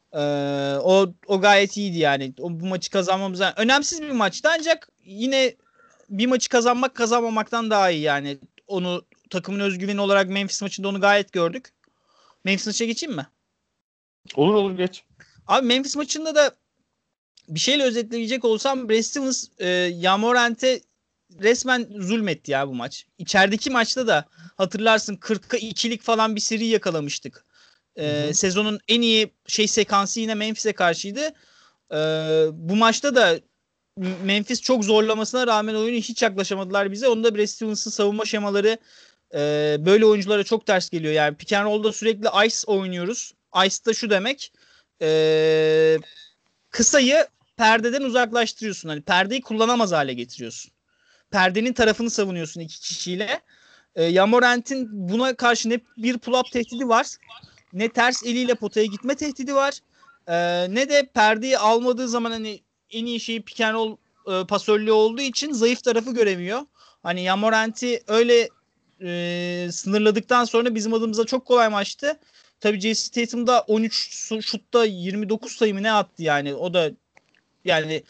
O gayet iyiydi yani. Bu maçı kazanmamız önemsiz bir maçtı ancak yine bir maçı kazanmak kazanmamaktan daha iyi yani. Onu takımın özgüveni olarak Memphis maçında onu gayet gördük. Memphis maçına geçeyim mi? Olur geç. Abi Memphis maçında da bir şeyle özetleyecek olsam Brad Stevens Ja Morant'e resmen zulmetti ya bu maç. İçerideki maçta da hatırlarsın 40'a 2'lik falan bir seri yakalamıştık. Sezonun en iyi sekansı yine Memphis'e karşıydı. Bu maçta da Memphis çok zorlamasına rağmen oyunu hiç yaklaşamadılar bize. Onda Brad Stevens'ın savunma şemaları böyle oyunculara çok ters geliyor. Yani pick and roll'da sürekli ice oynuyoruz. Ice da şu demek, kısayı perdeden uzaklaştırıyorsun. Hani perdeyi kullanamaz hale getiriyorsun. Perdenin tarafını savunuyorsun iki kişiyle. Ja Morant'in buna karşı ne bir pull-up tehdidi var, ne ters eliyle potaya gitme tehdidi var. Ne de perdeyi almadığı zaman hani en iyi şeyi pick and roll pasörlüğü olduğu için zayıf tarafı göremiyor. Hani Ja Morant'i öyle sınırladıktan sonra bizim adımıza çok kolay maçtı. Tabii Jason Tatum da 13 şutta 29 sayı mı ne attı yani. O da yani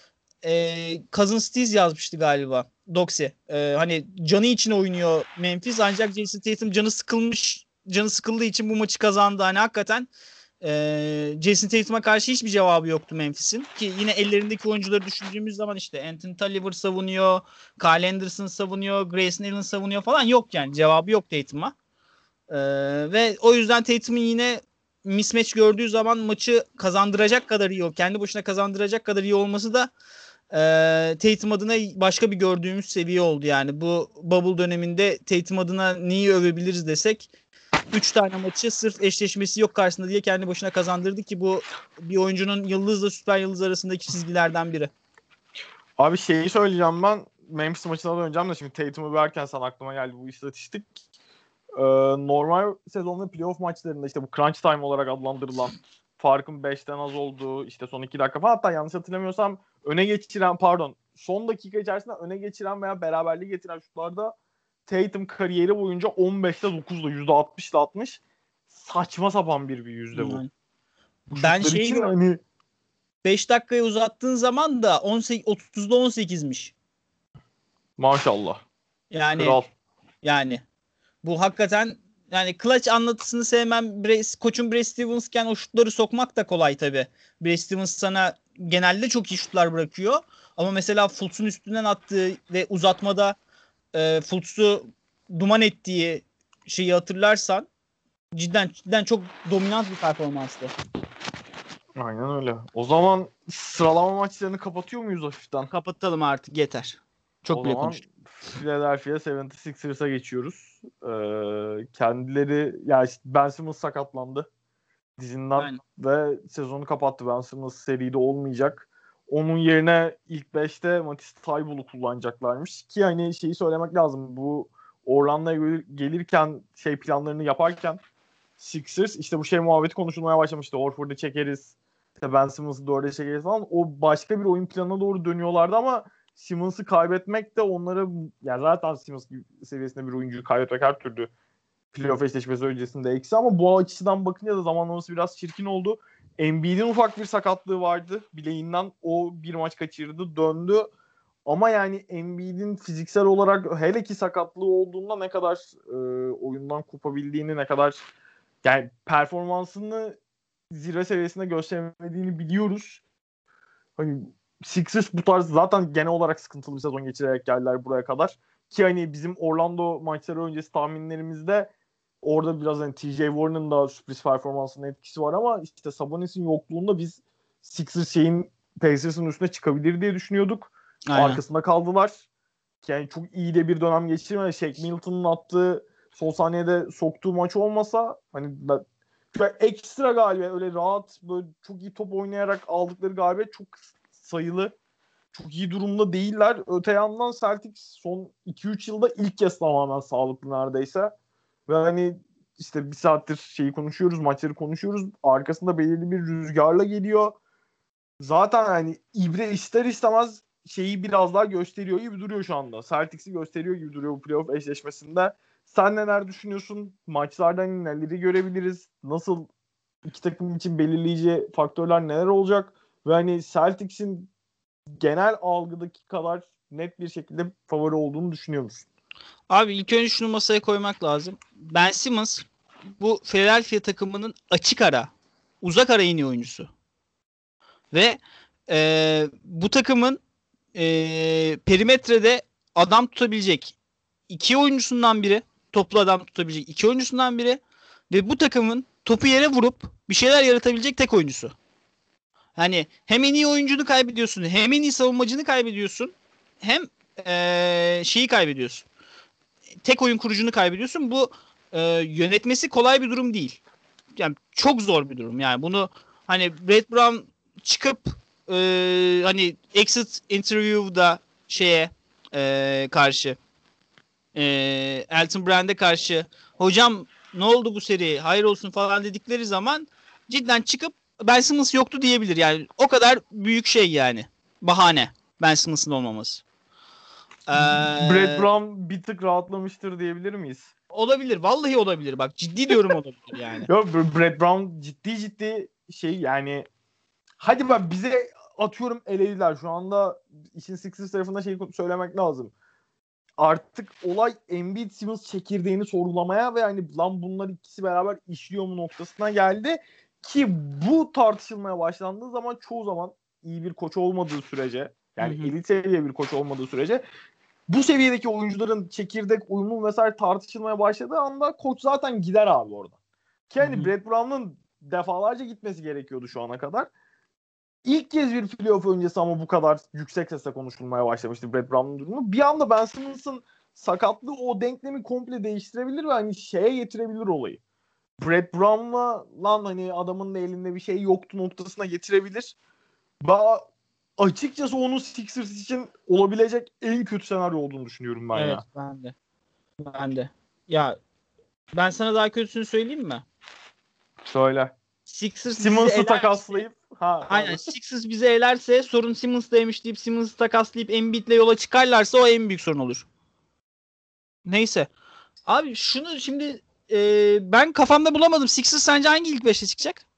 Cousin Steez yazmıştı galiba. Doxy. Hani canı için oynuyor Memphis, ancak Jason Tatum canı sıkıldığı için bu maçı kazandı. Hani hakikaten Jason Tatum'a karşı hiçbir cevabı yoktu Memphis'in. Ki yine ellerindeki oyuncuları düşündüğümüz zaman işte Anthony Tolliver savunuyor, Kyle Anderson savunuyor, Grayson Allen savunuyor falan, yok yani. Cevabı yok Tatum'a. Ve o yüzden Tatum'un yine mismatch gördüğü zaman maçı kazandıracak kadar iyi, kendi başına kazandıracak kadar iyi olması da Tatum adına başka bir gördüğümüz seviye oldu yani. Bu bubble döneminde Tatum adına neyi övebiliriz desek 3 tane maçı sırf eşleşmesi yok karşısında diye kendi başına kazandırdı ki bu bir oyuncunun yıldızla süper yıldız arasındaki çizgilerden biri. Abi şeyi söyleyeceğim ben. Memphis maçına döneceğim de şimdi Tatum'u verken sana aklıma geldi bu istatistik. Normal sezon ve playoff maçlarında işte bu crunch time olarak adlandırılan farkın 5'ten az olduğu, işte son 2 dakika falan, hatta yanlış hatırlamıyorsam son dakika içerisinde öne geçiren veya beraberliği getiren şutlarda Tatum kariyeri boyunca 15'te 9'da %60'da 60, saçma sapan bir yüzde bu. Ben için hani 5 dakikaya uzattığın zaman da 30'da 18'miş. Maşallah. Yani kral. Yani bu hakikaten, yani clutch anlatısını sevmem. Koçun Brad Stevens'ken o şutları sokmak da kolay tabii. Brad Stevens sana genelde çok iyi şutlar bırakıyor. Ama mesela Fultz'un üstünden attığı ve uzatmada Fultz'u duman ettiği şeyi hatırlarsan cidden çok dominant bir performanstı. Aynen öyle. O zaman sıralama maçlarını kapatıyor muyuz hafiften? Kapatalım artık, yeter. Çok bile konuştuk. Philadelphia 76ers'a geçiyoruz. Kendileri yani işte Ben Simmons sakatlandı dizinden. Aynen. Ve sezonu kapattı. Ben Simmons seride olmayacak. Onun yerine ilk 5'te Matisse Thybulle'u kullanacaklarmış. Ki hani şeyi söylemek lazım. Bu Orlando'ya gelirken planlarını yaparken Sixers işte bu muhabbeti konuşulmaya başlamıştı. Horford'u çekeriz, İşte Ben Simmons'ı 4'e çekeriz falan. O başka bir oyun planına doğru dönüyorlardı ama Simmons'ı kaybetmek de onlara, yani zaten Simmons seviyesinde bir oyuncuyu kaybetmek her türlü playoff eşleşmesi öncesinde eksi, ama bu açıdan bakınca da zamanlaması biraz çirkin oldu. Embiid'in ufak bir sakatlığı vardı bileğinden. O bir maç kaçırdı, döndü. Ama yani Embiid'in fiziksel olarak hele ki sakatlığı olduğunda ne kadar oyundan kopabildiğini, ne kadar yani performansını zirve seviyesinde gösteremediğini biliyoruz. Hani Sixers bu tarz zaten genel olarak sıkıntılı bir sezon geçirerek geldiler buraya kadar. Ki hani bizim Orlando maçları öncesi tahminlerimizde orada biraz hani TJ Warren'ın da sürpriz performansının etkisi var ama işte Sabonis'in yokluğunda biz Sixers Pacers'ın üstüne çıkabilir diye düşünüyorduk. Aynen. Arkasında kaldılar. Yani çok iyi de bir dönem geçirmedi. Shaq Milton'un attığı son saniyede soktuğu maç olmasa hani ekstra galibiyet, öyle rahat böyle çok iyi top oynayarak aldıkları galibiyet çok sayılı. Çok iyi durumda değiller. Öte yandan Celtics son 2-3 yılda ilk kez tamamen sağlıklı neredeyse. Ve hani işte bir saattir konuşuyoruz, maçları konuşuyoruz. Arkasında belirli bir rüzgarla geliyor. Zaten hani İbre ister istemez biraz daha gösteriyor gibi duruyor şu anda. Celtics'i gösteriyor gibi duruyor bu playoff eşleşmesinde. Sen neler düşünüyorsun? Maçlardan neleri görebiliriz? Nasıl, iki takım için belirleyici faktörler neler olacak? Ve hani Celtics'in genel algıdaki kadar net bir şekilde favori olduğunu düşünüyor musun? Abi ilk önce şunu masaya koymak lazım. Ben Simmons bu Philadelphia takımının açık ara, uzak ara en iyi oyuncusu. Ve bu takımın perimetrede adam tutabilecek iki oyuncusundan biri, toplu adam tutabilecek iki oyuncusundan biri ve bu takımın topu yere vurup bir şeyler yaratabilecek tek oyuncusu. Hani hem en iyi oyuncunu kaybediyorsun, hem en iyi savunmacını kaybediyorsun, hem şeyi kaybediyorsun. Tek oyun kurucunu kaybediyorsun. Bu yönetmesi kolay bir durum değil. Yani çok zor bir durum. Yani bunu hani Brett Brown çıkıp hani exit interview'da şeye karşı Elton Brand'e karşı hocam ne oldu bu seri hayır olsun falan dedikleri zaman cidden çıkıp Ben Simmons yoktu diyebilir. Yani o kadar büyük şey yani. Bahane. Ben Simmons'ın olmaması. Brett Brown bir tık rahatlamıştır diyebilir miyiz? Olabilir. Vallahi olabilir. Bak ciddi diyorum olabilir yani. Yok, Brett Brown ciddi şey yani, hadi ben bize atıyorum elediler. Şu anda işin Sixers tarafında şey söylemek lazım. Artık olay Embiid Simmons çekirdeğini sorgulamaya ve hani lan bunlar ikisi beraber işliyor mu noktasına geldi ki bu tartışılmaya başlandığı zaman çoğu zaman iyi bir koç olmadığı sürece, yani elit seviye bir koç olmadığı sürece bu seviyedeki oyuncuların çekirdek uyumu vesaire tartışılmaya başladığı anda koç zaten gider abi oradan. Ki hani Brett Brown'un defalarca gitmesi gerekiyordu şu ana kadar. İlk kez bir playoff öncesi ama bu kadar yüksek sesle konuşulmaya başlamıştı Brett Brown'un durumu. Bir anda Ben Simmons'ın sakatlığı o denklemi komple değiştirebilir ve hani şeye getirebilir olayı. Brett Brown'la lan hani adamın da elinde bir şey yoktu noktasına getirebilir. Açıkçası onun Sixers için olabilecek en kötü senaryo olduğunu düşünüyorum ben evet, ya. Ben de. Ya ben sana daha kötüsünü söyleyeyim mi? Söyle. Sixers Simmons'ı takaslayıp aynen Sixers bizi elerse sorun Simmons'daymış deyip Simmons'ı takaslayıp Embiid'le yola çıkarlarsa o en büyük sorun olur. Neyse. Abi şunu şimdi ben kafamda bulamadım. Sixers sence hangi ilk 5'te çıkacak?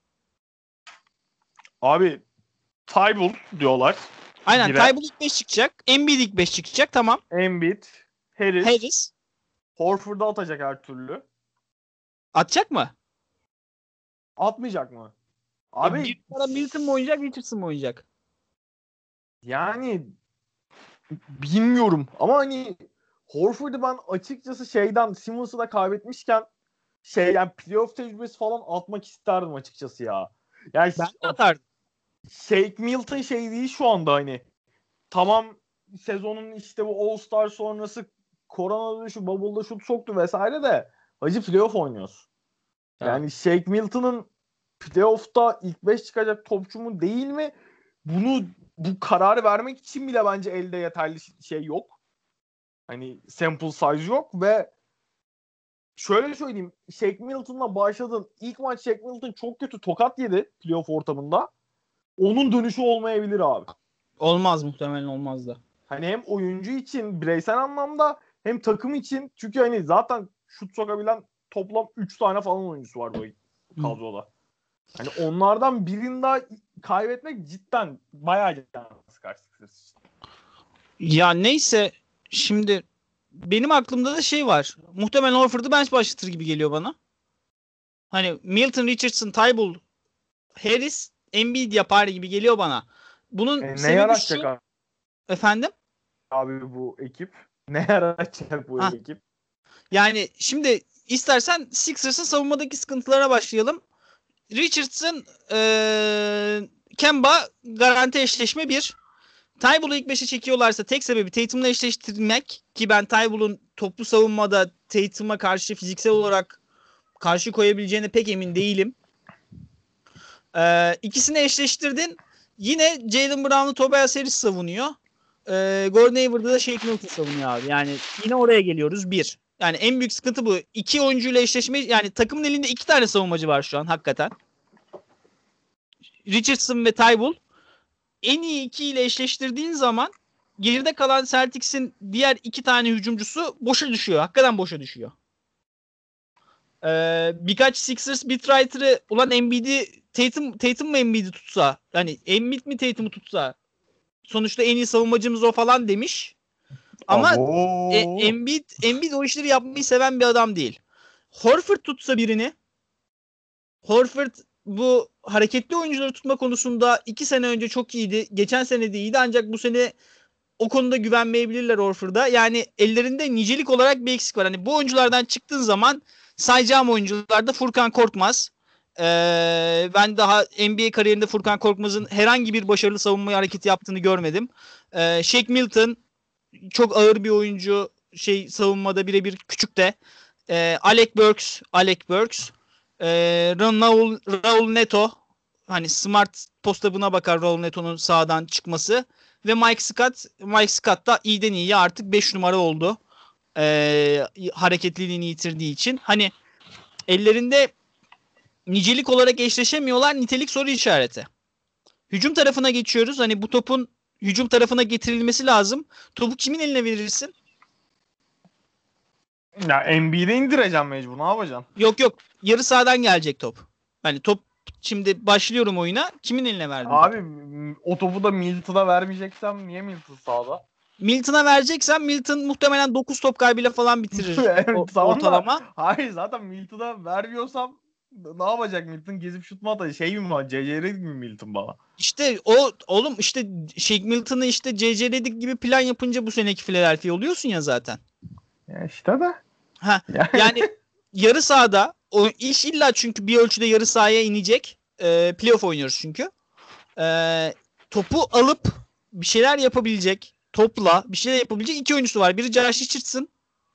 Abi Tybal diyorlar. Aynen Tybal ilk 5 çıkacak. Embiid ilk 5 çıkacak. Tamam. Embiid, Harris. Horford'u atacak her türlü. Atacak mı? Atmayacak mı? Abi bir numara Milton mu oynayacak, Richardson mı oynayacak? Yani bilmiyorum ama hani Horford'u ben açıkçası Simmons'ı da kaybetmişken yani playoff tecrübesi falan atmak isterdim açıkçası ya. Yani ben de atardım. Shake Milton değil şu anda hani. Tamam, sezonun işte bu All-Star sonrası koronada şu bubble'da şut soktu vesaire de hacı playoff oynuyoruz. Yani Shake Milton'ın playoff'ta ilk 5 çıkacak topçu mu değil mi? Bu kararı vermek için bile bence elde yeterli şey yok. Hani sample size yok ve şöyle söyleyeyim. Shake Milton'la başladın. İlk maç Shake Milton çok kötü tokat yedi playoff ortamında. Onun dönüşü olmayabilir abi. Olmaz, muhtemelen olmaz da. Hani hem oyuncu için bireysel anlamda hem takım için, çünkü hani zaten şut sokabilen toplam 3 tane falan oyuncusu var bu kadroda. Hani onlardan birini daha kaybetmek cidden bayağı can sıkar. Ya neyse, şimdi benim aklımda da şey var. Muhtemelen Horford'u bench başlatır gibi geliyor bana. Hani Milton, Richardson, Tybal, Harris, Embiid yapar gibi geliyor bana. Bunun Ne sebebi yaratacak şu. Efendim? Abi bu ekip? Ne yaratacak bu ekip? Yani şimdi istersen Sixers'ın savunmadaki sıkıntılara başlayalım. Richardson, Kemba garanti eşleşme 1. Tybal'ı ilk 5'e çekiyorlarsa tek sebebi Tatum'la eşleştirmek, ki ben Tybal'ın toplu savunmada Tatum'a karşı fiziksel olarak karşı koyabileceğine pek emin değilim. İkisini eşleştirdin. Yine Jaylen Brown'u Tobias Harris savunuyor. Gordon Hayward'ı da Shake Milton savunuyor abi. Yani yine oraya geliyoruz. Bir. Yani en büyük sıkıntı bu. İki oyuncuyla eşleşme, yani takımın elinde 2 tane savunmacı var şu an hakikaten. Richardson ve Tybal. En iyi 2 ile eşleştirdiğin zaman geride kalan Celtics'in diğer 2 tane hücumcusu boşa düşüyor. Hakikaten boşa düşüyor. Birkaç Sixers beatwriter'ı ulan Embiid'i Tatum mu Embiid'i tutsa, yani Embiid mi Tatum'u tutsa sonuçta en iyi savunmacımız o falan demiş. Ama Embiid o işleri yapmayı seven bir adam değil. Horford tutsa birini, Horford bu hareketli oyuncuları tutma konusunda 2 sene önce çok iyiydi. Geçen sene de iyiydi, ancak bu sene o konuda güvenmeyebilirler Horford'a. Yani ellerinde nicelik olarak bir eksik var. Hani bu oyunculardan çıktığın zaman sayacağım oyuncularda Furkan Korkmaz, Ben daha NBA kariyerinde Furkan Korkmaz'ın herhangi bir başarılı savunma hareketi yaptığını görmedim. Shaq Milton çok ağır bir oyuncu, savunmada birebir küçük de. Alec Burks, Raul Neto, hani smart posta buna bakar Raul Neto'nun sağdan çıkması ve Mike Scott da iyiden iyiye artık 5 numara oldu. Hareketliliğini yitirdiği için. Hani ellerinde nicelik olarak eşleşemiyorlar, nitelik soru işareti. Hücum tarafına geçiyoruz. Hani bu topun hücum tarafına getirilmesi lazım. Topu kimin eline verirsin? Ya NBA'de indireceğim mecbur. Ne yapacaksın? Yok. Yarı sahadan gelecek top. Hani top şimdi başlıyorum oyuna. Kimin eline verdin Abi topu? o topu da Milton'a vermeyeceksem niye Milton sağda? Milton'a vereceksen Milton muhtemelen 9 top kaybıyla falan bitirir Evet, tamam ortalama. Hayır, zaten Milton'a vermiyorsam ne yapacak Milton? Gezip şut mu atacak? Şey mi var? CC Redick mi Milton bana? İşte oğlum işte Shaq Milton'ı işte C.C. Redick gibi plan yapınca bu seneki Philadelphia oluyorsun ya zaten. Ya işte de. Ha, yani yarı sahada o iş illa çünkü bir ölçüde yarı sahaya inecek. Playoff oynuyoruz çünkü. Topu alıp bir şeyler yapabilecek, topla bir şeyler yapabilecek iki oyuncusu var. Biri Josh Richardson.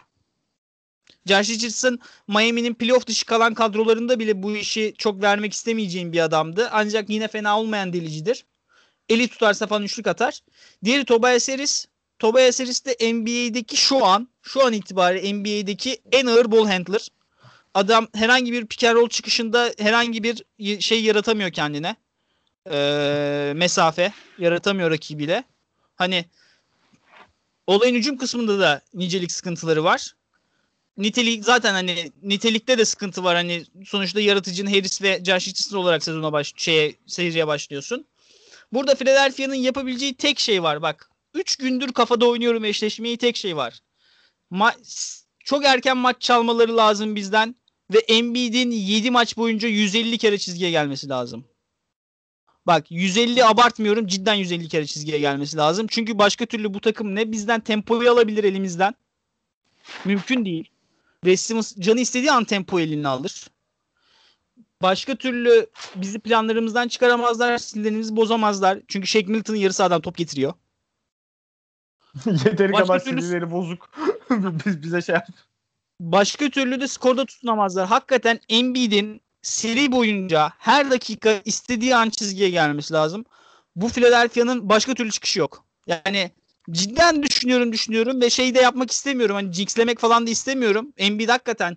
Josh Richardson Miami'nin playoff dışı kalan kadrolarında bile bu işi çok vermek istemeyeceğim bir adamdı. Ancak yine fena olmayan delicidir. Eli tutarsa falan üçlük atar. Diğeri Tobias Harris. Tobias Harris de NBA'deki şu an itibariyle NBA'deki en ağır ball handler. Adam herhangi bir pick and roll çıkışında herhangi bir şey yaratamıyor kendine. Mesafe yaratamıyor rakibiyle. Hani olayın hücum kısmında da nicelik sıkıntıları var. Nitelik zaten hani nitelikte de sıkıntı var. Hani sonuçta yaratıcının Harris ve Josh Richardson olarak seriye başlıyorsun. Burada Philadelphia'nın yapabileceği tek şey var bak. 3 gündür kafada oynuyorum eşleşmeyi, tek şey var. Çok erken maç çalmaları lazım bizden ve Embiid'in 7 maç boyunca 150 kere çizgiye gelmesi lazım. Bak 150 abartmıyorum, cidden 150 kere çizgiye gelmesi lazım. Çünkü başka türlü bu takım ne bizden tempoyu alabilir elimizden. Mümkün değil. West'imiz canı istediği an tempo eline alır. Başka türlü bizi planlarımızdan çıkaramazlar, sinirlerimizi bozamazlar. Çünkü Shaq Milton'ın yarı sahadan top getiriyor. Yeteri Başka kadar türlü sinirleri bozuk. Bize şey yap. Başka türlü de skorda tutunamazlar. Hakikaten Embiid'in seri boyunca her dakika istediği an çizgiye gelmesi lazım. Bu Philadelphia'nın başka türlü çıkışı yok. Yani cidden düşünüyorum ve şey de yapmak istemiyorum. Hani jinxlemek falan da istemiyorum. Embiid hakikaten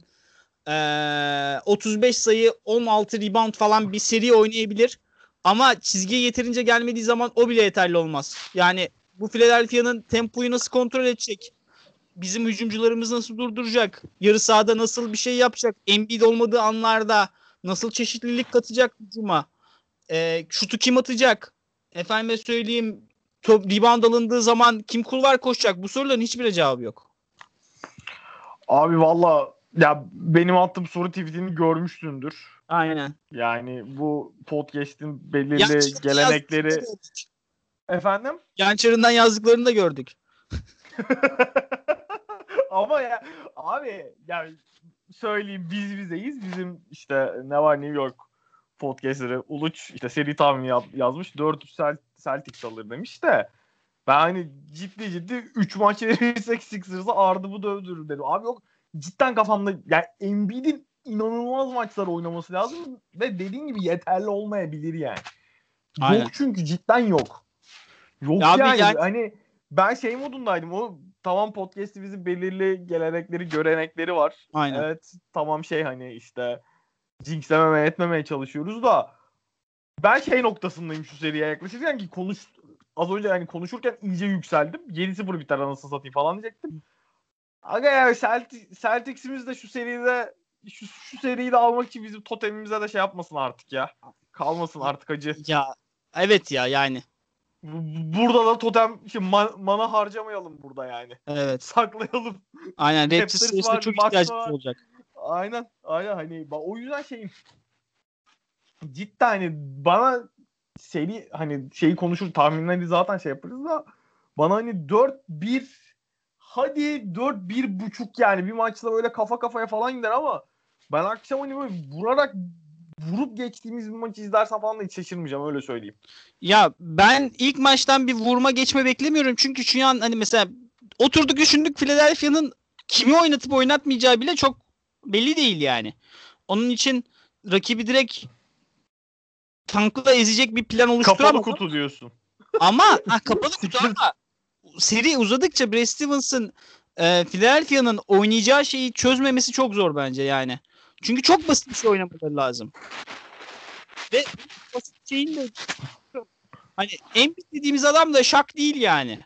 35 sayı 16 rebound falan bir seri oynayabilir. Ama çizgiye yeterince gelmediği zaman o bile yeterli olmaz. Yani bu Philadelphia'nın tempoyu nasıl kontrol edecek? Bizim hücumcularımız nasıl durduracak? Yarı sahada nasıl bir şey yapacak? Embiid olmadığı anlarda nasıl çeşitlilik katacak hücuma? Şutu kim atacak? Efendime söyleyeyim, rebound alındığı zaman kim kulvar koşacak? Bu soruların hiçbir cevabı yok. Abi valla ya benim attığım soru tweetini görmüşsündür. Aynen. Yani bu podcast'in belirli gelenekleri. Efendim? Yançarından yazdıklarını da gördük. Ama ya abi yani söyleyeyim, biz bizeyiz. Bizim işte ne var New York podcastları Uluç işte seri tahmini yazmış. 4-3 Celtics alır demiş de ben hani ciddi 3 maç verirsek Sixers'ı ardı bu dövdürür dedim. Abi yok, cidden kafamda yani Embiid'in inanılmaz maçlar oynaması lazım ve dediğin gibi yeterli olmayabilir yani. Aynen. Yok çünkü cidden yok. Yok ya yani. yani Hani ben şey modundaydım. O tamam, podcast'te bizim belirli gelenekleri, görenekleri var. Aynen. Evet tamam, şey hani işte jinxlememeye etmemeye çalışıyoruz da ben şey noktasındayım şu seriye yaklaşırken ki az önce yani konuşurken iyice yükseldim. 7-0 biter anasını satayım falan diyecektim. Aga ya Celtics'imiz de şu seride şu seriyi de almak için bizim totemimize de şey yapmasın artık ya. Kalmasın artık acı. Ya evet ya yani. Burada da totem mana harcamayalım burada yani. Evet. Saklayalım. Aynen. Raptors Raptors serisinde var, çok Bucks ihtiyacımız var. olacak. Aynen hani o yüzden şeyim cidden hani bana seri hani şeyi konuşur tahminleri zaten şey yaparız da bana hani 4-1, hadi 4-1,5 yani bir maçta böyle kafa kafaya falan gider ama ben akşam hani böyle vurarak vurup geçtiğimiz bir maç izlersen falan da hiç şaşırmayacağım, öyle söyleyeyim. Ya ben ilk maçtan bir vurma geçme beklemiyorum. Çünkü şu an hani mesela oturduk düşündük, Philadelphia'nın kimi oynatıp oynatmayacağı bile çok belli değil yani. Onun için rakibi direkt tankla ezecek bir plan Kapalı oluşturamaz. kutu diyorsun. Ama kapalı kutu ama seri uzadıkça Brad Stevens'ın Philadelphia'nın oynayacağı şeyi çözmemesi çok zor bence yani. Çünkü çok basit bir şey oynamaları lazım. Ve basit şeyin de hani Embiid dediğimiz adam da şak değil yani.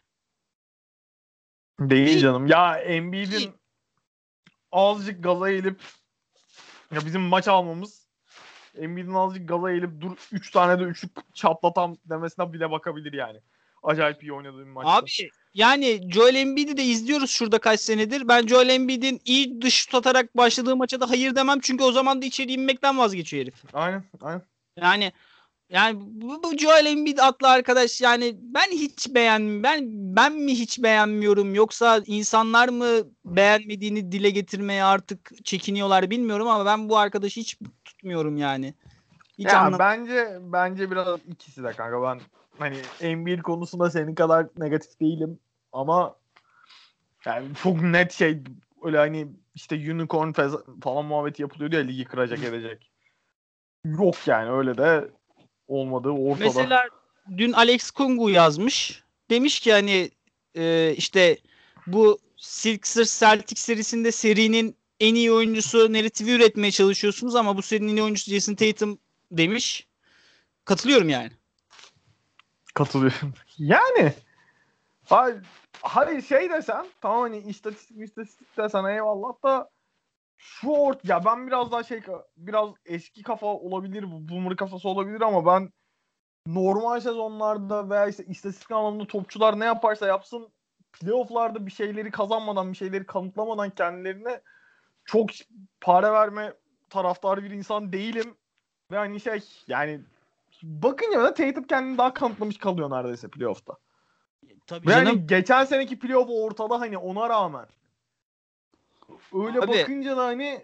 Değil canım. Ya Embiid'in azıcık gaza eğilip ya bizim maç almamız, Embiid'in azıcık gaza eğilip dur 3 tane de üçlük çatlatam demesine bile bakabilir yani. Acayip iyi oynadığı bir maçta. Abi yani Joel Embiid'i de izliyoruz şurada kaç senedir. Ben Joel Embiid'in iyi dış şut atarak başladığı maça da hayır demem. Çünkü o zaman da içeri inmekten vazgeçiyor herif. Aynen. Yani bu Joel Embiid adlı arkadaş, yani ben mi hiç beğenmiyorum, yoksa insanlar mı beğenmediğini dile getirmeye artık çekiniyorlar bilmiyorum ama ben bu arkadaşı hiç tutmuyorum yani. Hiç Ya bence biraz ikisi de kanka. Ben hani Embiid konusunda senin kadar negatif değilim ama yani çok net şey, öyle hani işte unicorn falan muhabbeti yapılıyordu ya, ligi kıracak edecek. Yok yani, öyle de olmadığı ortada. Mesela dün Alex Kungu yazmış. Demiş ki hani işte bu Sixers Celtics serisinde serinin en iyi oyuncusu narratifi üretmeye çalışıyorsunuz ama bu serinin en iyi oyuncusu Jason Tatum demiş. Katılıyorum yani. Katılıyorum. Yani hayır şey desen tamam, hani istatistik desen eyvallah da ya ben biraz daha biraz eski kafa olabilir, boomer kafası olabilir ama ben normal sezonlarda veya işte istatistik anlamında topçular ne yaparsa yapsın playoff'larda bir şeyleri kazanmadan, bir şeyleri kanıtlamadan kendilerine çok para verme taraftarı bir insan değilim. Ve hani yani bakınca da Tatum kendini daha kanıtlamış kalıyor neredeyse playoff'ta. Tabii Ve canım. hani geçen seneki playoff ortada, hani ona rağmen. Öyle Abi, bakınca da hani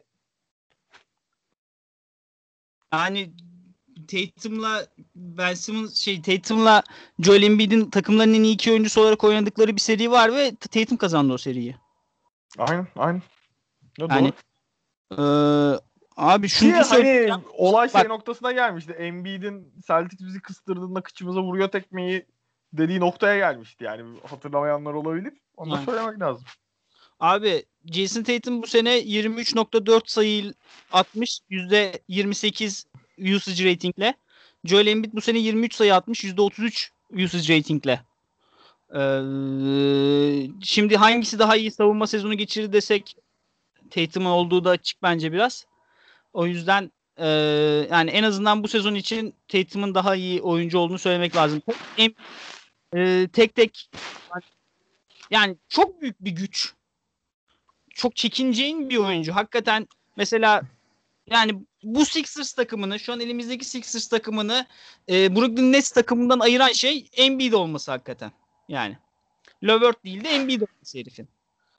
yani Tatum'la Joel Embiid'in takımlarının en iyi iki oyuncusu olarak oynadıkları bir seri var ve Tatum kazandı o seriyi. aynen. Ya Yani abi şunu hani söyleyeceğim. olay Bak, noktasına gelmişti. Embiid'in Celtics bizi kıstırdığında kıçımıza vuruyor tekmeyi dediği noktaya gelmişti. Yani hatırlamayanlar olabilir. Onu da yani, söylemek lazım. abi Jason Tatum bu sene 23.4 sayı atmış, %28 usage ratingle. Joel Embiid bu sene 23 sayı atmış, %33 usage ratingle. Şimdi hangisi daha iyi savunma sezonu geçirir desek Tatum'un olduğu da açık bence biraz. O yüzden yani en azından bu sezon için Tatum'un daha iyi oyuncu olduğunu söylemek lazım. Tek yani çok büyük bir güç. Çok çekineceğin bir oyuncu. Hakikaten mesela yani bu Sixers takımını, şu an elimizdeki Sixers takımını Brooklyn Nets takımından ayıran şey Embiid olması hakikaten. Yani Levert değil de Embiid olması herifin.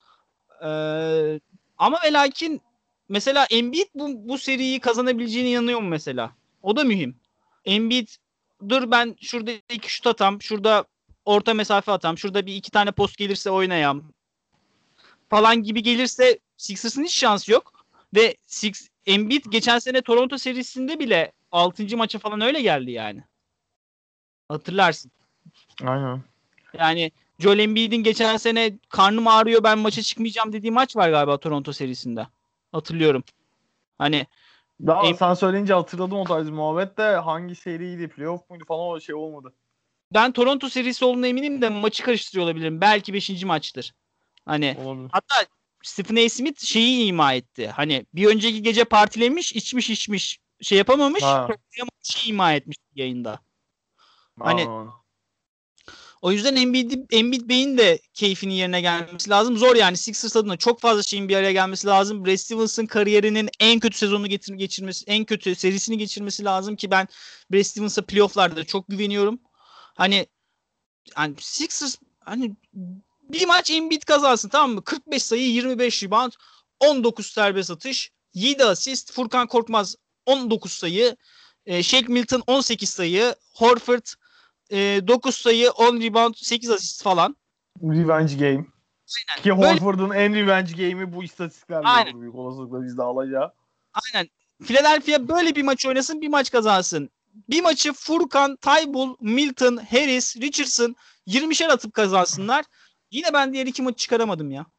Ama ve lakin mesela Embiid bu seriyi kazanabileceğine inanıyor mu mesela? O da mühim. Embiid, dur ben şurada iki şut atam, şurada orta mesafe atam, şurada bir iki tane post gelirse oynayam falan gibi gelirse Sixers'ın hiç şansı yok. Ve Embiid geçen sene Toronto serisinde bile 6. maça falan öyle geldi yani. Hatırlarsın. Aynen. Yani Joel Embiid'in geçen sene karnım ağrıyor ben maça çıkmayacağım dediği maç var galiba Toronto serisinde. Hatırlıyorum. Hani Daha sen söyleyince hatırladım o tarz bir muhabbet de, hangi seriydi, playoff muydu falan, o şey olmadı. ben Toronto serisi olduğuna eminim de maçı karıştırıyor olabilirim. Belki 5. maçtır. Hani Olabilir. hatta Stephen A. Smith şeyi ima etti. Hani bir önceki gece partilemiş, içmiş, şey yapamamış, toplayamamış ima etmiş yayında. Hani o yüzden Embiid Bey'in de keyfinin yerine gelmesi lazım. Zor yani. Sixers adına çok fazla şeyin bir araya gelmesi lazım. Brad Stevens'ın kariyerinin en kötü sezonunu geçirmesi, en kötü serisini geçirmesi lazım ki ben Brad Stevens'a playoff'larda çok güveniyorum. Hani Sixers hani bir maç Embiid kazansın, tamam mı? 45 sayı, 25 rebound, 19 serbest atış, 7 asist. Furkan Korkmaz 19 sayı. Shake Milton 18 sayı. Horford 9 sayı, 10 rebound, 8 asist falan. Revenge game. Aynen. Ki Horford'un en revenge game'i bu istatistiklerle Aynen. olur büyük olasılıkla bizde alacağı. Aynen. Philadelphia böyle bir maç oynasın, bir maç kazansın. Bir maçı Furkan, Taybul, Milton, Harris, Richardson 20'şer atıp kazansınlar. Yine ben diğer iki maçı çıkaramadım ya.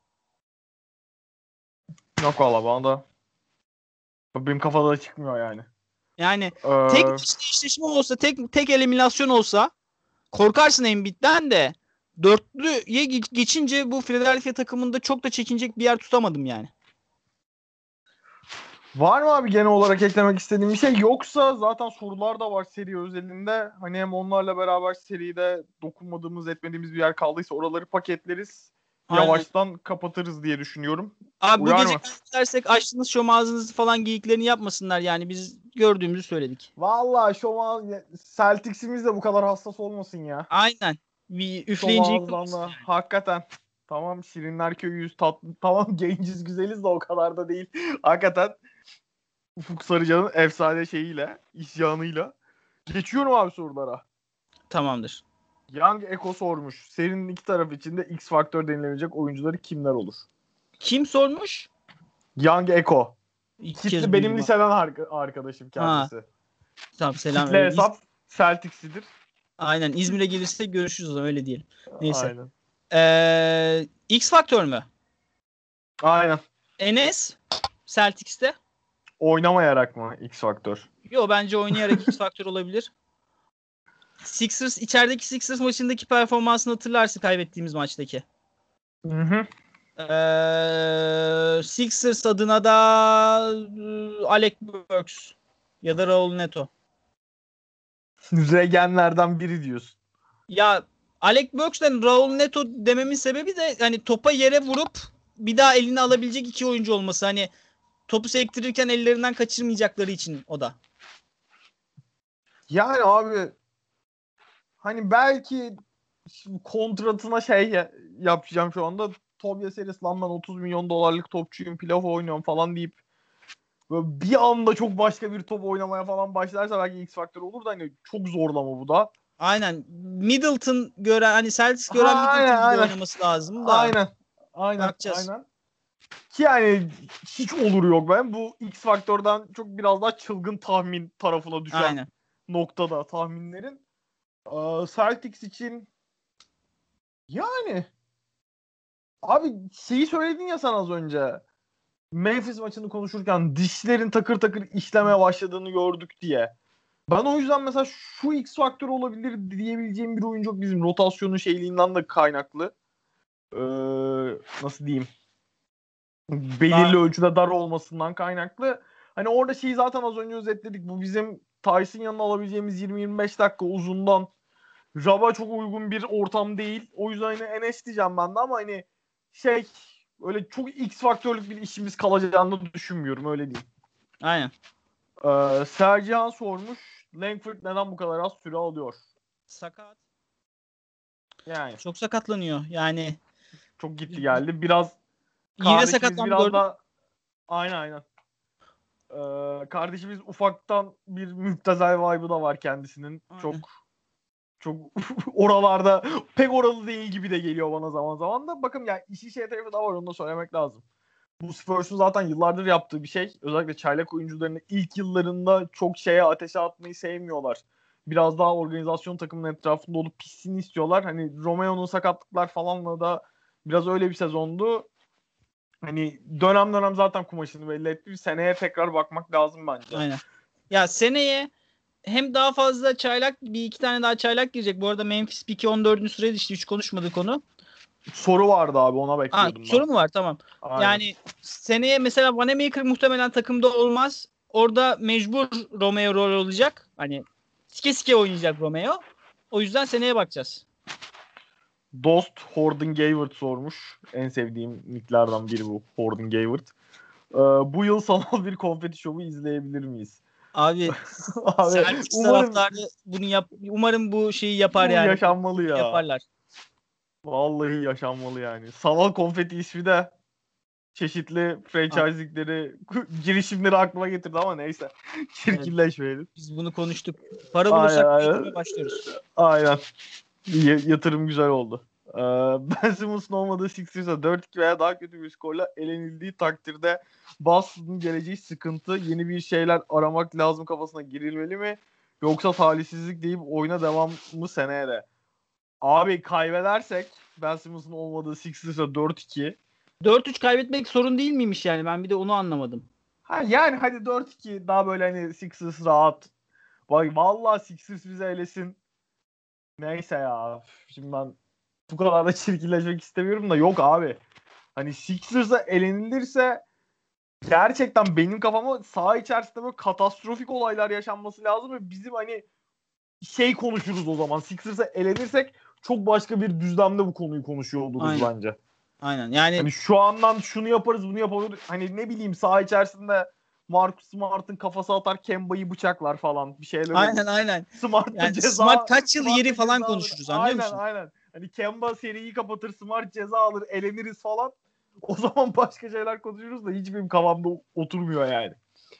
Yok valla bana da benim kafada da çıkmıyor yani. Yani tek eşleşme olsa, tek eliminasyon olsa korkarsın Embiid'den de dörtlüye geçince bu Philadelphia takımında çok da çekinecek bir yer tutamadım yani. Var mı abi genel olarak eklemek istediğim bir şey? Yoksa zaten sorular da var seri özelinde. Hani hem onlarla beraber seride dokunmadığımız, etmediğimiz bir yer kaldıysa oraları paketleriz. Aynen. Yavaştan kapatırız diye düşünüyorum. Abi Uyar bu gece mı? dersek açtınız şom ağzınızı falan geyiklerini yapmasınlar yani biz gördüğümüzü söyledik. Valla şu an Celtics'imiz de bu kadar hassas olmasın ya. Aynen. Bir Şu üfleyince ağızdan yıkılmasın da yani. hakikaten. Tamam Şirinler Köyü'yüz tatlı. Tamam genciz güzeliz de o kadar da değil. Hakikaten Ufuk Sarıcan'ın efsane şeyiyle, isyanıyla. Geçiyorum abi sorulara. Tamamdır. Young Eko sormuş. Serinin iki tarafı içinde X faktör denilebilecek oyuncuları kimler olur? Kim sormuş? Young Eko. İlk Kitle kez benim duydum. liseden arkadaşım kendisi. Tamam selam. Kitle hesap Celtics'idir. Aynen İzmir'e gelirse görüşürüz o zaman öyle diyelim. Neyse. Aynen. X faktör mü? Aynen. Enes Celtics'te. Oynamayarak mı X faktör? Yo bence oynayarak X faktör olabilir. İçerideki Sixers maçındaki performansını hatırlarsın kaybettiğimiz maçtaki. Hı. Sixers adına da Alec Burks ya da Raul Neto. Regenlerden biri diyorsun. Ya Alec Burks'ten Raul Neto dememin sebebi de hani topa yere vurup bir daha eline alabilecek iki oyuncu olması. Hani topu sektirirken ellerinden kaçırmayacakları için o da. Yani abi hani belki kontratına yapacağım şu anda. Tobias Harris lan ben 30 milyon dolarlık topçuyum playoff oynuyorum falan deyip böyle bir anda çok başka bir top oynamaya falan başlarsa belki X faktör olur da hani çok zorlama bu da. Aynen. Middleton gören hani Celtics gören Middleton gibi oynaması lazım da. Bakacağız. Ki yani hiç olur yok ben. Bu X faktörden çok biraz daha çılgın tahmin tarafına düşen noktada tahminlerin. Celtics için yani abi şeyi söyledin ya sen az önce. Memphis maçını konuşurken dişlerin takır takır işlemeye başladığını gördük diye. Ben o yüzden mesela şu X faktör olabilir diyebileceğim bir oyuncu yok bizim rotasyonun şeyliğinden de kaynaklı. Nasıl diyeyim? Belirli ölçüde dar olmasından kaynaklı. Hani orada şeyi zaten az önce özetledik. Bu bizim Tyson yanına alabileceğimiz 20-25 dakika uzundan Rab'a çok uygun bir ortam değil. O yüzden hani Enes diyeceğim ben de ama hani öyle çok X faktörlük bir işimiz kalacağını düşünmüyorum öyle diyeyim. Aynen. Sercan sormuş. Langford neden bu kadar az süre alıyor? Sakat. Yani. Çok sakatlanıyor. Yani. Çok gitti geldi. Biraz yine sakatlandı biraz gördüm. da aynen. Kardeşimiz ufaktan bir müptezel vibe'ı da var kendisinin. Aynen. Çok oralarda pek oralı değil gibi de geliyor bana zaman zaman da. Bakın yani işi tarafı da var onu da söylemek lazım. Bu Spurs'un zaten yıllardır yaptığı bir şey. Özellikle çaylak oyuncularını ilk yıllarında çok ateşe atmayı sevmiyorlar. Biraz daha organizasyon takımının etrafında olup pişsin istiyorlar. Hani Romeo'nun sakatlıklar falanla da biraz öyle bir sezondu. Hani dönem dönem zaten kumaşını belli etti. Bir seneye tekrar bakmak lazım bence. Aynen. Ya seneye hem daha fazla bir iki tane daha çaylak girecek. Bu arada Memphis Peak'i 14. sıraya düştü. Hiç konuşmadık onu. Soru vardı abi ona bekliyordum ben. Soru mu var? Tamam. Aynen. Yani seneye mesela Vanamaker muhtemelen takımda olmaz. Orada mecbur Romeo rol olacak. Hani sike oynayacak Romeo. O yüzden seneye bakacağız. Dost Horden Gayward sormuş. En sevdiğim nicklerden biri bu. Horden Gayward. Bu yıl sanal bir konfeti şovu izleyebilir miyiz? Abi Celtics taraftarı bunu umarım bu şeyi yapar yani. Yaşanmalı ya. Yaparlar. Vallahi yaşanmalı yani. Sanal konfeti ismi de çeşitli franchise'likleri, girişimleri aklıma getirdi ama neyse. Çirkinleşmeyelim. Biz bunu konuştuk. Para bulursak büyütmeye başlıyoruz. Aynen. Yatırım güzel oldu. Ben Simmons'un olmadığı Sixers'a 4-2 veya daha kötü bir skorla elenildiği takdirde Boston'un geleceği sıkıntı, yeni bir şeyler aramak lazım kafasına girilmeli mi? Yoksa talihsizlik deyip oyuna devam mı seneye de? Abi kaybedersek Ben Simmons'un olmadığı Sixers'a 4-2. 4-3 kaybetmek sorun değil miymiş yani? Ben bir de onu anlamadım. Ha, yani hadi 4-2 daha böyle hani Sixers rahat. Vallahi Sixers bize elesin. Neyse ya. Şimdi ben bu kadar da çirkinleşmek istemiyorum da yok abi. Hani Sixers'a elenilirse gerçekten benim kafama saha içerisinde böyle katastrofik olaylar yaşanması lazım ve bizim hani konuşuruz o zaman. Sixers'a elenirsek çok başka bir düzlemde bu konuyu konuşuyor oluruz bence. Aynen. Yani hani şu andan şunu yaparız, bunu yaparız. Hani ne bileyim saha içerisinde Marcus Smart'ın kafası atar, Kemba'yı bıçaklar falan bir şeyler olur. Aynen. Smart kaç yıl yeri falan konuşuruz anlıyor musun? Aynen. Hani Kemba seriyi kapatır, Smart ceza alır, eleniriz falan. O zaman başka şeyler konuşuruz da hiç benim kafamda oturmuyor yani.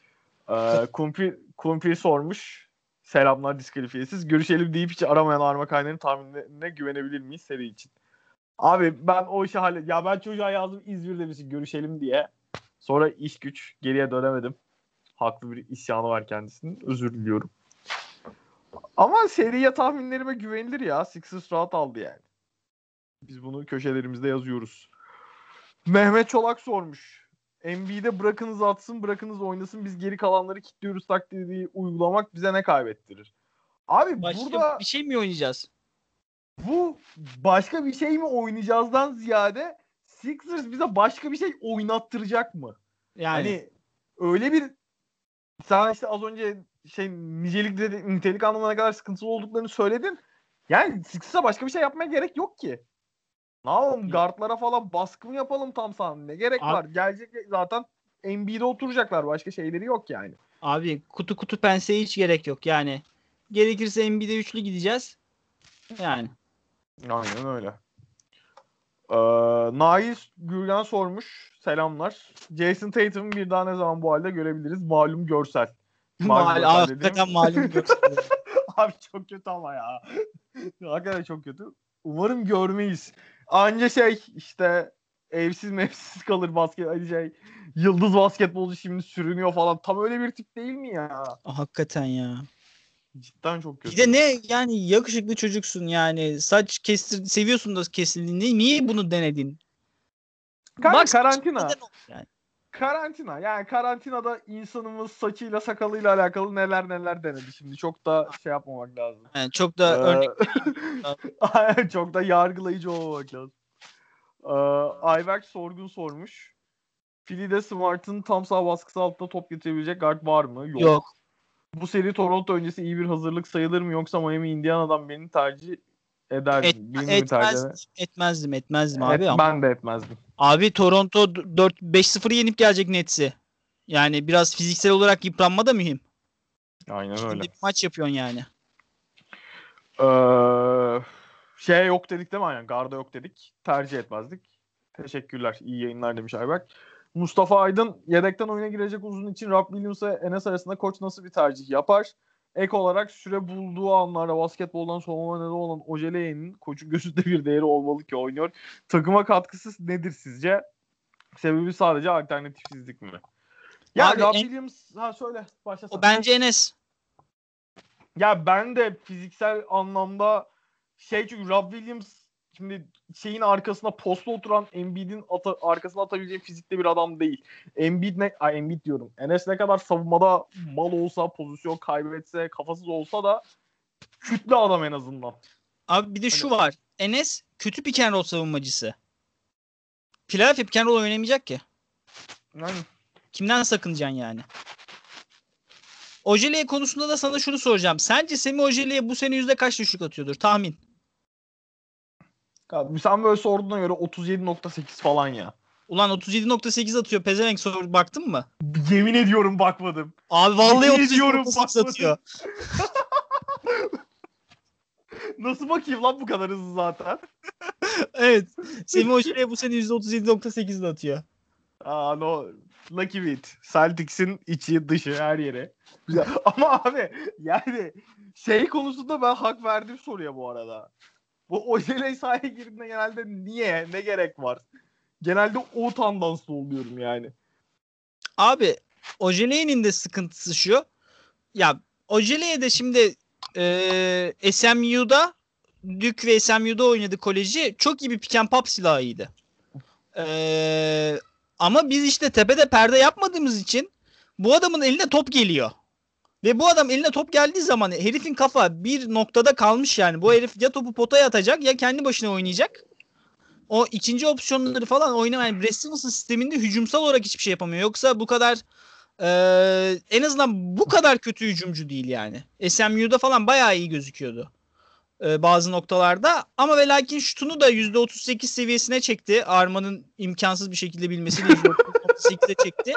Kumpir sormuş. Selamlar diskalifiyesiz. Görüşelim deyip hiç aramayan Arma Kaynar'ın tahminlerine güvenebilir miyiz seri için? Abi ben o işi ya ben çocuğa yazdım İzmir demişim görüşelim diye. Sonra iş güç geriye dönemedim. Haklı bir isyanı var kendisinin. Özür diliyorum. Ama seriye tahminlerime güvenilir ya. Sixers rahat aldı yani. Biz bunu köşelerimizde yazıyoruz. Mehmet Çolak sormuş. NBA'de bırakınız atsın, bırakınız oynasın. Biz geri kalanları kilitliyoruz taktiği uygulamak bize ne kaybettirir? Abi başka burada bir şey mi oynayacağız? Bu başka bir şey mi oynayacağızdan ziyade Sixers bize başka bir şey oynattıracak mı? Yani. Hani öyle bir sen işte az önce nitelik anlamına ne kadar sıkıntılı olduklarını söyledin. Yani Sixers'a başka bir şey yapmaya gerek yok ki. Ne yapalım? Guardlara falan baskı mı yapalım tam sahanın? Ne gerek var? Gelecek zaten NBA'de oturacaklar. Başka şeyleri yok yani. Abi kutu penseye hiç gerek yok. Yani gerekirse NBA'de üçlü gideceğiz. Yani. Aynen öyle. Nail Gürgen sormuş. Selamlar. Jason Tatum'u bir daha ne zaman bu halde görebiliriz? Malum görsel. Hakikaten malum görsel. Abi çok kötü ama ya. Hakikaten çok kötü. Umarım görmeyiz. Anca işte evsiz kalır yıldız basketbolcu şimdi sürünüyor falan. Tam öyle bir tip değil mi ya? Hakikaten ya. Cidden çok kötü. Bir de ne yani yakışıklı çocuksun yani. Saç seviyorsun da kesildiğini. Niye bunu denedin? Karantina. Yani. Karantina. Yani karantinada insanımız saçıyla sakalıyla alakalı neler denedi. Şimdi çok da yapmamak lazım. Yani çok da örnek çok da yargılayıcı olmamak lazım. Ayberk Sorgun sormuş. Philly'de Smart'ın tam sağ baskısı altında top getirebilecek guard var mı? Yok. Bu seri Toronto öncesi iyi bir hazırlık sayılır mı? Yoksa Miami Indiana'dan beni tercih eder mi? Etmezdim abi. Ben de etmezdim. Abi Toronto 5-0 yenip gelecek Nets'i. Yani biraz fiziksel olarak yıpranma da mühim. Aynen öyle. Bir maç yapıyorsun yani. Yok dedik değil mi? Aynen. Garda yok dedik. Tercih etmezdik. Teşekkürler. İyi yayınlar demiş Ayberk. Mustafa Aydın yedekten oyuna girecek uzun için Rob Williams ve Enes arasında koç nasıl bir tercih yapar? Ek olarak süre bulduğu anlarda basketboldan soğuma neden olan Ojeleye'nin koçun gözünde bir değeri olmalı ki oynuyor. Takıma katkısı nedir sizce? Sebebi sadece alternatifsizlik mi? Ya Rob Williams söyle başlasana. O bence Enes. Ya ben de fiziksel anlamda çünkü Rob Williams şimdi arkasına posta oturan Embiid'in arkasına atabileceği fizikte bir adam değil. Embiid diyorum. Enes ne kadar savunmada mal olsa, pozisyon kaybetse, kafasız olsa da kütle adam en azından. Abi bir de şu var. Enes kötü pick and roll savunmacısı. Playoff pick and roll oynamayacak ki. Yani. Kimden sakınacaksın yani? Ojeleye konusunda da sana şunu soracağım. Sence Semi Ojeleye bu sene yüzde kaç düşük atıyordur? Tahmin. Abi sen böyle sorduğuna göre 37.8 falan ya. Ulan 37.8 atıyor. Pezevenk baktın mı? Yemin ediyorum bakmadım. Abi vallahi 37.8 atıyor. Nasıl bakayım lan bu kadar hızlı zaten? Evet. Semi Ojeleye bu sene %37.8 atıyor. No. Lucky Wit. Celtics'in içi dışı her yere. Güzel. Ama abi yani şey konusunda ben hak verdim soruya bu arada. Bu Ojeley sahaya girdiğinde genelde niye? Ne gerek var? Genelde o tandanslı oluyorum yani. Abi Ojeley'nin de sıkıntısı şu. Ya Ojeley'e de şimdi SMU'da Duke ve SMU'da oynadı koleji. Çok iyi bir pick and pop silahıydı. Ama biz işte tepede perde yapmadığımız için bu adamın eline top geliyor. Ve bu adam eline top geldiği zaman herifin kafa bir noktada kalmış yani. Bu herif ya topu potaya atacak ya kendi başına oynayacak. O ikinci opsiyonları falan oynamayan yani Brad Stevens'ın sisteminde hücumsal olarak hiçbir şey yapamıyor. Yoksa bu kadar en azından bu kadar kötü hücumcu değil yani. SMU'da falan bayağı iyi gözüküyordu. Bazı noktalarda. Ama ve lakin şutunu da %38 seviyesine çekti. Arma'nın imkansız bir şekilde bilmesiyle %38'e çekti.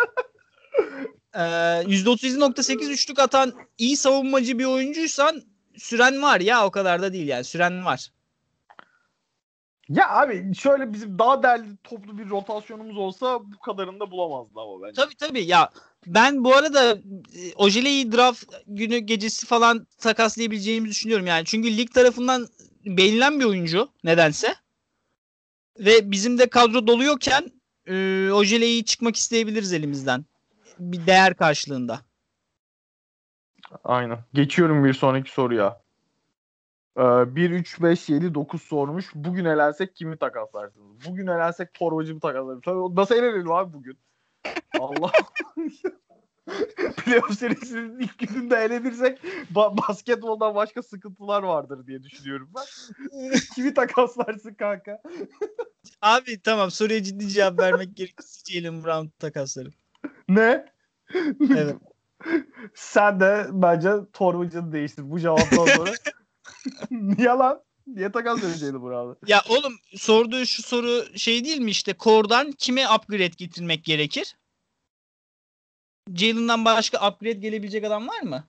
%37.8 üçlük atan iyi savunmacı bir oyuncuysan süren var ya, o kadar da değil yani, süren var. Ya abi şöyle bizim daha değerli toplu bir rotasyonumuz olsa bu kadarını da bulamazdı ama bence. Tabii ya ben bu arada Ojeley'i draft günü gecesi falan takaslayabileceğimizi düşünüyorum yani. Çünkü lig tarafından beğenilen bir oyuncu nedense. Ve bizim de kadro doluyorken Ojeley'i çıkmak isteyebiliriz elimizden. Bir değer karşılığında. Aynen. Geçiyorum bir sonraki soruya. 1, 3, 5, 7, 9 sormuş. Bugün elensek kimi takaslarsınız? Bugün elensek torbacı mı takaslarız? Nasıl elenelim abi bugün? Allah. Playoff serisinin ilk gününde elenirsek basketboldan başka sıkıntılar vardır diye düşünüyorum ben. Kimi takaslarsın kanka? Abi tamam, soruya ciddi cevap vermek gerekirse Jaylen Brown takaslarım. Ne? Evet. Sen de bence torbacını değiştir bu cevaptan sonra. Niye lan? Niye takas edeceğini Brown'u? Ya oğlum, sorduğu şu soru şey değil mi işte, Core'dan kime upgrade getirmek gerekir? Jalen'dan başka upgrade gelebilecek adam var mı?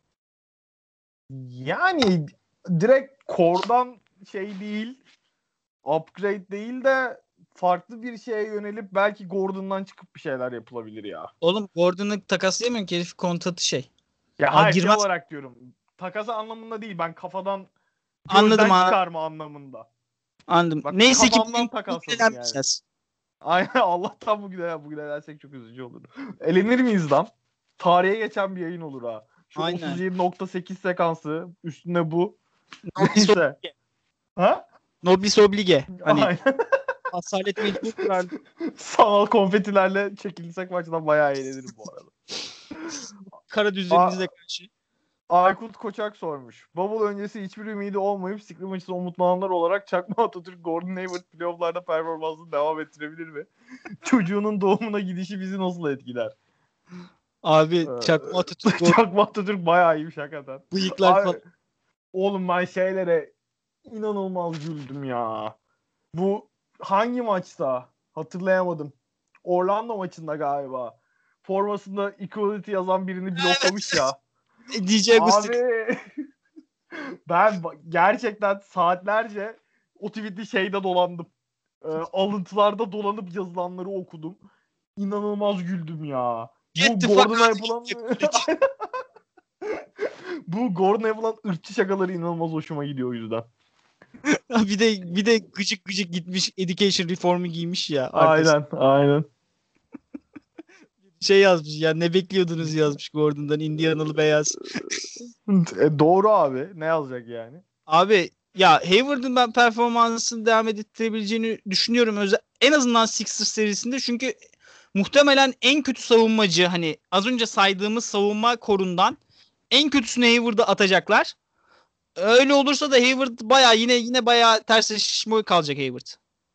Yani direkt core'dan şey değil, upgrade değil de farklı bir şeye yönelip belki Gordon'dan çıkıp bir şeyler yapılabilir ya. Oğlum Gordon'u takaslayamıyorum ki, herif kontratı şey. Ya hayır şey girmez. olarak diyorum. Takası anlamında değil. Ben kafadan Anladım gözden abi. çıkarma anlamında. Anladım. Bak, Neyse ki kafamdan takasladım yani. Aynen, Allah'tan bugün edersek çok üzücü olur. Elenir miyiz lan? Tarihe geçen bir yayın olur ha. Şu Aynen. 37.8 sekansı üstüne bu. Nobis Neyse. Ha? Nobis oblige. Hani Aynen. asalet mecbur verdi. Sanal konfetilerle çekilsek maçtan bayağı eğlenirim bu arada. Kara düzeninize karşı. Aykut Koçak sormuş. Bubble öncesi hiçbir ümidi olmayıp scrimmage'da umutlananlar olarak Çakma Atatürk Gordon Hayward playoff'larda performansını devam ettirebilir mi? Çocuğunun doğumuna gidişi bizi nasıl etkiler? Abi Çakma Atatürk Çakma Atatürk bayağı iyiymiş hakikaten. bıyıklar falan. Oğlum ben şeylere inanılmaz güldüm ya. Bu hangi maçta? Hatırlayamadım. Orlando maçında galiba. Formasında equality yazan birini bloklamış ya. DJ Agustin. Abi ben gerçekten saatlerce o tweet'i şeyde dolandım. Alıntılarda dolanıp yazılanları okudum. İnanılmaz güldüm ya. Bu Gordon'a yapılan bu Gordon'a yapılan ırkçı şakaları inanılmaz hoşuma gidiyor o yüzden. bir de gıcık gıcık gitmiş education reformu giymiş ya. Aynen. Şey yazmış ya, ne bekliyordunuz yazmış Gordon'dan, Indianalı beyaz. Doğru abi. Ne yazacak yani? Abi ya Hayward'ın ben performansını devam ettirebileceğini düşünüyorum. En azından Sixers serisinde, çünkü muhtemelen en kötü savunmacı, hani az önce saydığımız savunma korundan en kötüsünü Hayward'a atacaklar. Öyle olursa da Hayward bayağı yine bayağı ters şişme kalacak Hayward.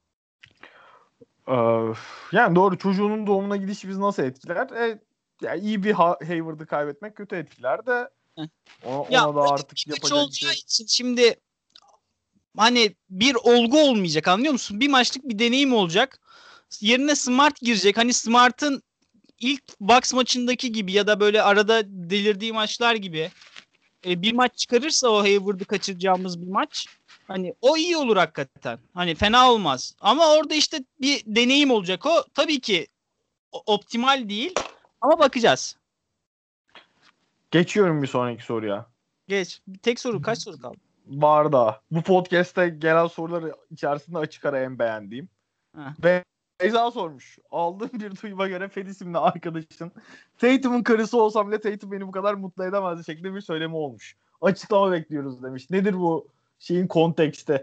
Yani doğru, çocuğunun doğumuna gidişi bizi nasıl etkiler? Yani iyi bir Hayward'ı kaybetmek kötü etkiler de ona da artık yapacak bir şey. için şimdi hani bir olgu olmayacak, anlıyor musun? Bir maçlık bir deneyim olacak. Yerine Smart girecek. Hani Smart'ın ilk Bucks maçındaki gibi ya da böyle arada delirdiği maçlar gibi bir maç çıkarırsa, o Hayward'ı kaçıracağımız bir maç, hani o iyi olur hakikaten. Hani fena olmaz. Ama orada işte bir deneyim olacak o. Tabii ki optimal değil ama bakacağız. Geçiyorum bir sonraki soruya. Geç. Tek soru, kaç soru kaldı? Var da. Bu podcast'te gelen soruları içerisinde açık ara en beğendiğim. Ha. Ve Beyza sormuş. Aldığım bir duyuma göre Fed isimli arkadaşın Tatum'un karısı olsam bile Tatum beni bu kadar mutlu edemezdi şeklinde bir söylemi olmuş. Açıklama bekliyoruz demiş. Nedir bu şeyin konteksti?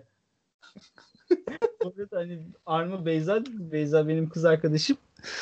Evet, hani Arma Beyza benim kız arkadaşım.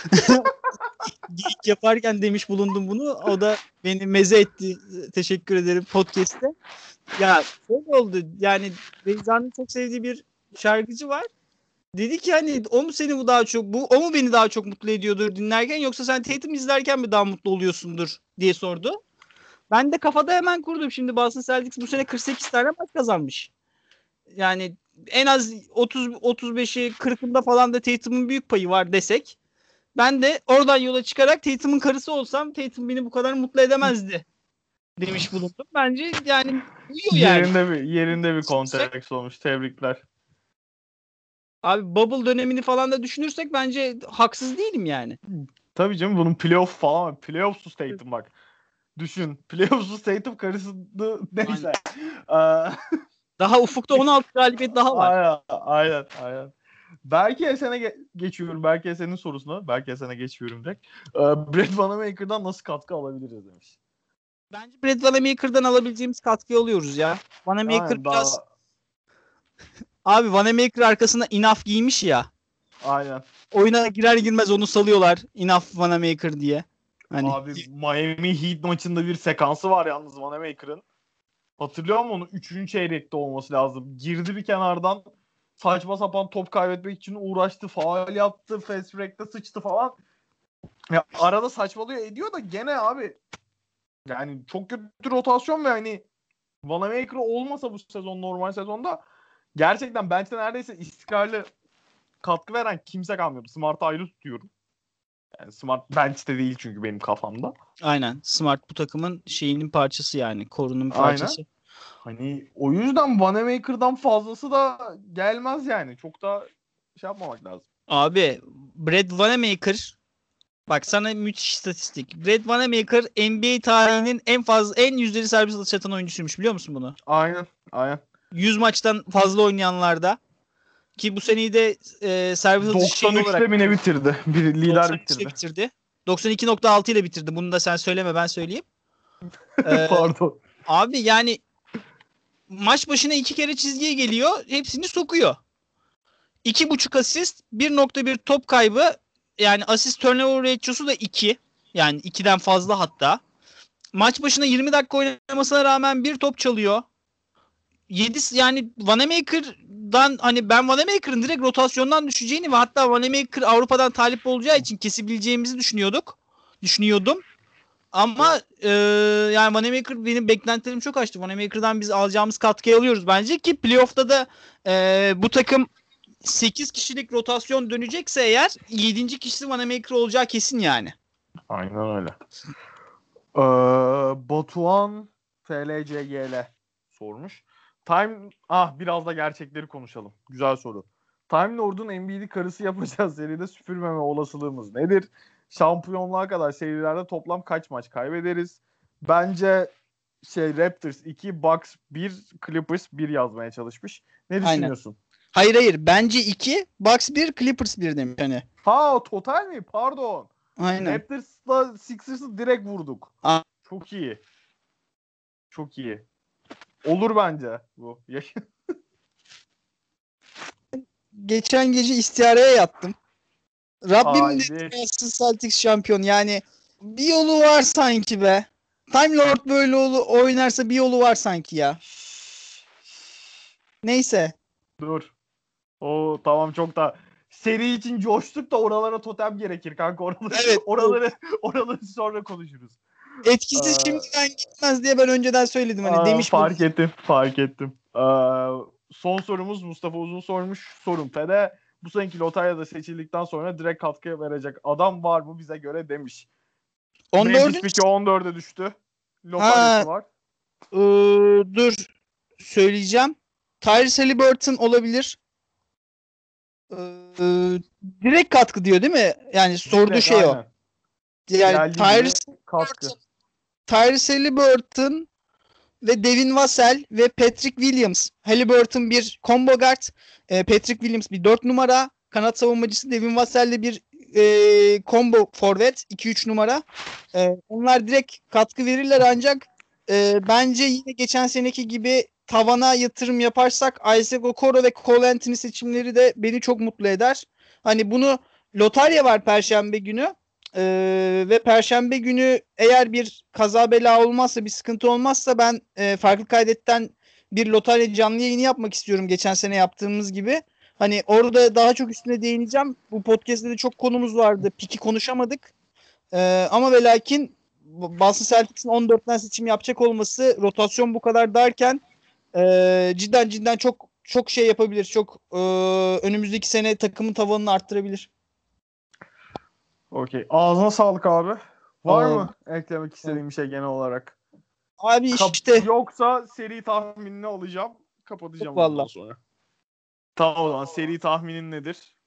Geyik yaparken demiş bulundum bunu. O da beni meze etti. Teşekkür ederim podcast'te. Ya şöyle oldu. Yani Beyza'nın çok sevdiği bir şarkıcı var. Dedi ki hani o mu seni bu daha çok o mu beni daha çok mutlu ediyordur dinlerken, yoksa sen Tatum izlerken mi daha mutlu oluyorsundur diye sordu. Ben de kafada hemen kurdum. Şimdi Boston Celtics bu sene 48 tane maç kazanmış. Yani en az 35'i 40'ında falan da Tatum'un büyük payı var desek. Ben de oradan yola çıkarak Tatum'un karısı olsam Tatum beni bu kadar mutlu edemezdi demiş bulundum. Bence yani uyuyor yani. Yerinde bir konteks olmuş. Tebrikler. Abi bubble dönemini falan da düşünürsek bence haksız değilim yani. Tabii canım, bunun playoff falan var. Playoff'suz Tatum bak. Düşün. Playoff'suz Tatum karısını neyse. Daha ufukta 16 galibiyet daha var. Aynen. Belki Esen'e geçiyorum. Belki Esen'in sorusuna. Belki Esen'e geçiyorum direkt. Brad Wanamaker'dan nasıl katkı alabiliriz demiş. Bence Brad Wanamaker'dan alabileceğimiz katkıyı alıyoruz ya. Wanamaker Aynen, biraz... Abi Wanamaker arkasında enough giymiş ya. Aynen. Oyuna girer girmez onu salıyorlar. Enough Wanamaker diye. Hani... Abi Miami Heat maçında bir sekansı var yalnız Wanamaker'ın. Hatırlıyor musun onu? 3. çeyrekte olması lazım. Girdi bir kenardan, saçma sapan top kaybetmek için uğraştı. Faul yaptı. Fast break'te sıçtı falan. Ya arada saçmalıyor ediyor da gene abi yani çok kötü rotasyon ve hani Wanamaker olmasa bu sezon, normal sezonda gerçekten bench'te neredeyse istikrarlı katkı veren kimse kalmıyordu. Smart'ı ayrı tutuyorum. Yani Smart bench'te değil çünkü benim kafamda. Aynen. Smart bu takımın şeyinin parçası yani. Korunun parçası. Aynen. Hani o yüzden Wanamaker'dan fazlası da gelmez yani. Çok da şey yapmamak lazım. Abi Brad Wanamaker, bak sana müthiş istatistik. Brad Wanamaker NBA tarihinin en yüzdeli serbest atış atan oyuncusuymuş, biliyor musun bunu? Aynen. 100 maçtan fazla oynayanlarda, ki bu seneyi de serbest atış şeyi olarak 93'te mi ne bitirdi? Bir lider 93'te bitirdi. bitirdi. 92.6 ile bitirdi. Bunu da sen söyleme, ben söyleyeyim. Pardon. Abi yani maç başına 2 kere çizgiye geliyor. Hepsini sokuyor. 2.5 asist, 1.1 top kaybı. Yani asist turnover ratio'su da 2. Yani 2'den fazla hatta. Maç başına 20 dakika oynamasına rağmen bir top çalıyor. 7, yani Wanamaker'dan hani ben Wanamaker'ın direkt rotasyondan düşeceğini ve hatta Wanamaker Avrupa'dan talip olacağı için kesebileceğimizi düşünüyordum. Ama yani Wanamaker benim beklentilerim çok açtı. Wanamaker'dan biz alacağımız katkıyı alıyoruz bence, ki playoff'ta da bu takım 8 kişilik rotasyon dönecekse eğer 7. kişisi Wanamaker olacağı kesin yani. Aynen öyle. Batuhan FLCGL sormuş. Biraz da gerçekleri konuşalım. Güzel soru. Time Lord'un NBA'li karısı yapacağız seride süpürmeme olasılığımız nedir? Şampiyonluğa kadar serilerde toplam kaç maç kaybederiz? Bence Raptors 2, Bucks 1, Clippers 1 yazmaya çalışmış. Ne düşünüyorsun? Hayır. Bence 2, Bucks 1, Clippers 1 demiş hani. Ha, total mi? Pardon. Aynen. Raptors'la Sixers'ı direkt vurduk. Çok iyi. Çok iyi. Olur bence bu. Geçen gece istihareye yattım. Rabbim Haydi. de Celtics şampiyon. Yani bir yolu var sanki be. Time Lord böyle oynarsa bir yolu var sanki ya. Neyse. Dur. O tamam, çok da seri için coştuk da oralara totem gerekir kanka. Evet. Oraları sonra konuşuruz. Etkisi şimdiden gitmez diye ben önceden söyledim. Hani demiş fark ettim. Son sorumuz Mustafa Uzun sormuş. Sorun Fede. Bu seneki lotaryada seçildikten sonra direkt katkı verecek adam var mı bize göre demiş. 14. Memphis 14'e düştü. Lotaryası var. Dur. Söyleyeceğim. Tyrese Haliburton olabilir. Direkt katkı diyor değil mi? Yani sorduğu Direkt, şey o. aynen. Yani Geldiği gibi katkı. Tyrese Haliburton ve Devin Vassell ve Patrick Williams. Haliburton bir combo guard. Patrick Williams bir 4 numara. Kanat savunmacısı Devin Vassell de bir combo forvet. 2-3 numara. Onlar direkt katkı verirler ancak bence yine geçen seneki gibi tavana yatırım yaparsak Isaac Okoro ve Cole Anthony seçimleri de beni çok mutlu eder. Hani bunu lotarya var Perşembe günü. Ve Perşembe günü eğer bir kaza bela olmazsa, bir sıkıntı olmazsa ben farklı kaydetten bir lotarya canlı yayını yapmak istiyorum geçen sene yaptığımız gibi. Hani orada daha çok üstüne değineceğim. Bu podcast'te de çok konumuz vardı. Piki konuşamadık. Ama ve lakin Boston Celtics'in 14'ten seçim yapacak olması, rotasyon bu kadar derken cidden çok çok şey yapabilir. Çok önümüzdeki sene takımın tavanını arttırabilir. Okey. Ağzına sağlık abi. Var Aa, mı eklemek istediğim bir şey genel olarak? Abi işte Yoksa seri tahminini alacağım. Kapatacağım valla ondan sonra. Tamam, o zaman seri tahminin nedir?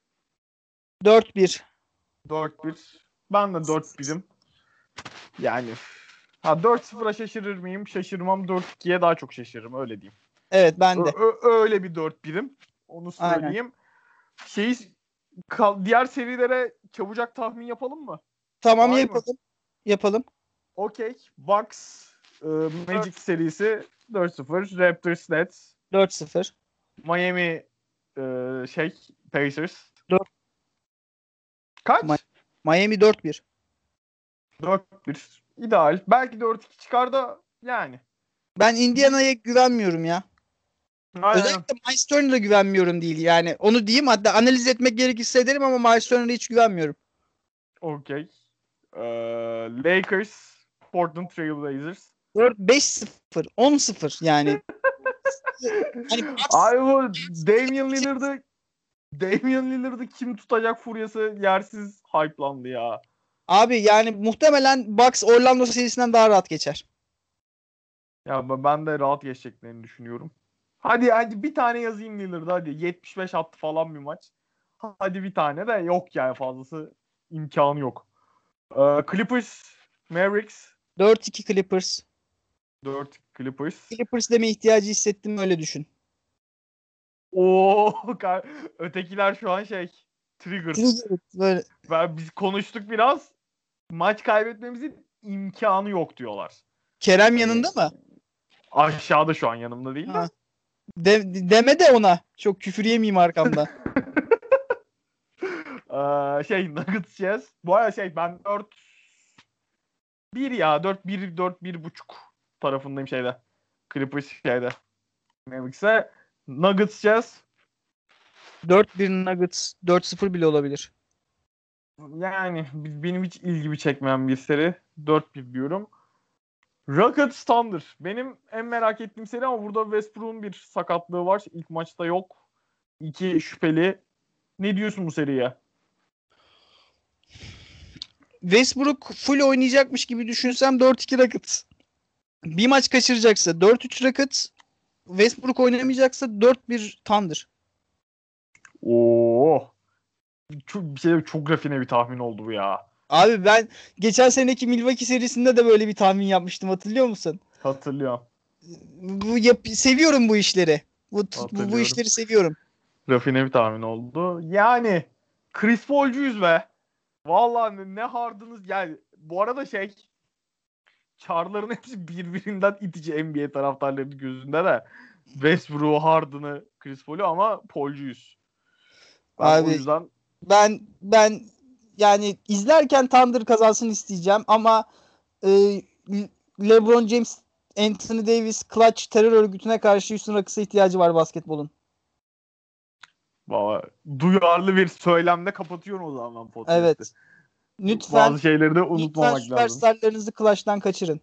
4-1. 4-1. Ben de 4-1'im. Yani 4-0'a şaşırır mıyım? Şaşırmam. 4-2'ye daha çok şaşırırım. Öyle diyeyim. Evet ben de. Öyle bir 4-1'im. Onu söyleyeyim. Aynen. Diğer serilere çabucak tahmin yapalım mı? Tamam Var yapalım. mı? Yapalım. Okey. Bucks Magic serisi 4-0. Raptors Nets. 4-0. Miami Pacers. 4. Kaç? Miami 4-1. 4-1. İdeal. Belki 4-2 çıkar da yani. Ben Indiana'ya güvenmiyorum ya. Aynen. Özellikle Miles Turner'a güvenmiyorum değil yani. Onu diyeyim, hatta analiz etmek gerekirse ederim ama Miles Turner'a hiç güvenmiyorum. Okey. Lakers Portland Trail Blazers. 4-5-0. 10-0 yani. Hani Ay bu Damian Lillard'ı kim tutacak furyası yersiz hype'landı ya. abi yani muhtemelen Bucks Orlando serisinden daha rahat geçer. Ya ben de rahat geçeceklerini düşünüyorum. Hadi bir tane yazayım Lillard'a, hadi. 75 attı falan bir maç. Hadi bir tane de yok yani, fazlası imkanı yok. Clippers Mavericks 4-2 Clippers. 4 Clippers. Clippers deme ihtiyacı hissettim, öyle düşün. Oo, ötekiler şu an triggered. Böyle. Biz konuştuk biraz. Maç kaybetmemizin imkanı yok diyorlar. Kerem Hani, yanında mı? aşağıda şu an, yanımda değil de. Deme de ona. Çok küfür yemeyeyim arkamdan. Nuggets Jazz. Bu arada ben 4-1 ya. 4-1 4-1,5 tarafındayım Clippers Mavericks'e. Nuggets Jazz. 4-1 Nuggets. 4-0 bile olabilir. Yani benim hiç ilgimi çekmeyen bir seri. 4-1 diyorum. Rockets Thunder. Benim en merak ettiğim seri ama burada Westbrook'un bir sakatlığı var. İlk maçta yok. 2 şüpheli. Ne diyorsun bu seriye? Westbrook full oynayacakmış gibi düşünsem 4-2 Rockets. Bir maç kaçıracaksa 4-3 Rockets. Westbrook oynamayacaksa 4-1 Thunder. Oo. Çok rafine bir tahmin oldu bu ya. Abi ben geçen seneki Milwaukee serisinde de böyle bir tahmin yapmıştım, hatırlıyor musun? Hatırlıyorum. Seviyorum bu işleri. Bu işleri seviyorum. Rafine bir tahmin oldu. Yani Chris Paul'cuyuz be. Vallahi ne hardınız. Yani bu arada çarların hepsi birbirinden itici NBA taraftarlarının gözünde de. Westbrook, Harden'ı, Chris Paul'u, ama Paul'cuyuz. O Abi yüzden ben yani izlerken Thunder kazansın isteyeceğim ama LeBron James, Anthony Davis, Clutch terör örgütüne karşı Houston Rockets'a ihtiyacı var basketbolun. duyarlı bir söylemle kapatıyorum o zaman ben podcast'ı. Evet. Lütfen, bazı şeyleri de unutmamak lazım. süperstarlarınızı Clutch'tan kaçırın.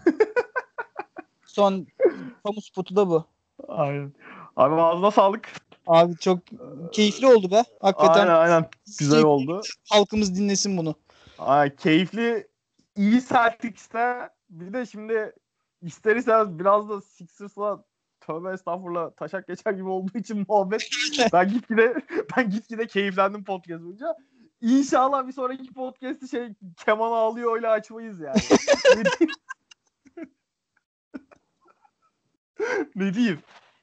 Son kamu spotu da bu. Aynen. Abi ağzına sağlık. Abi çok keyifli oldu be. Hakikaten. Aynen. Güzel oldu. Halkımız dinlesin bunu. Keyifli, iyi Celtics'te bir de şimdi ister istemez biraz da Sixers'la tövbe estağfurullah taşak geçer gibi olduğu için muhabbet. Ben gitgide keyiflendim podcast boyunca. İnşallah bir sonraki podcast'i keman ağlıyor öyle açmayız yani. Ne diyeyim?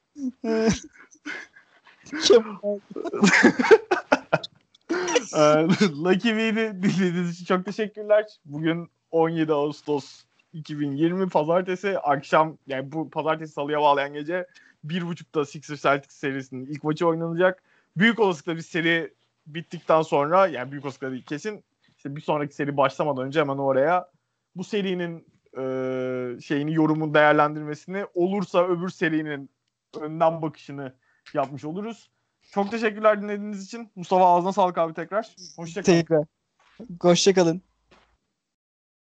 Lucky W'yi dinlediğiniz için çok teşekkürler. Bugün 17 Ağustos 2020 pazartesi akşam, yani bu pazartesi salıya bağlayan gece 1.30'da Sixers Celtics serisinin ilk maçı oynanacak. Büyük olasılıkla bir seri bittikten sonra, yani büyük olasılıkla değil kesin, işte bir sonraki seri başlamadan önce hemen oraya bu serinin yorumun değerlendirmesini, olursa öbür serinin önden bakışını yapmış oluruz. Çok teşekkürler dinlediğiniz için. Mustafa ağzına sağlık abi tekrar. Hoşça kalın. Tekrar. Hoşça kalın.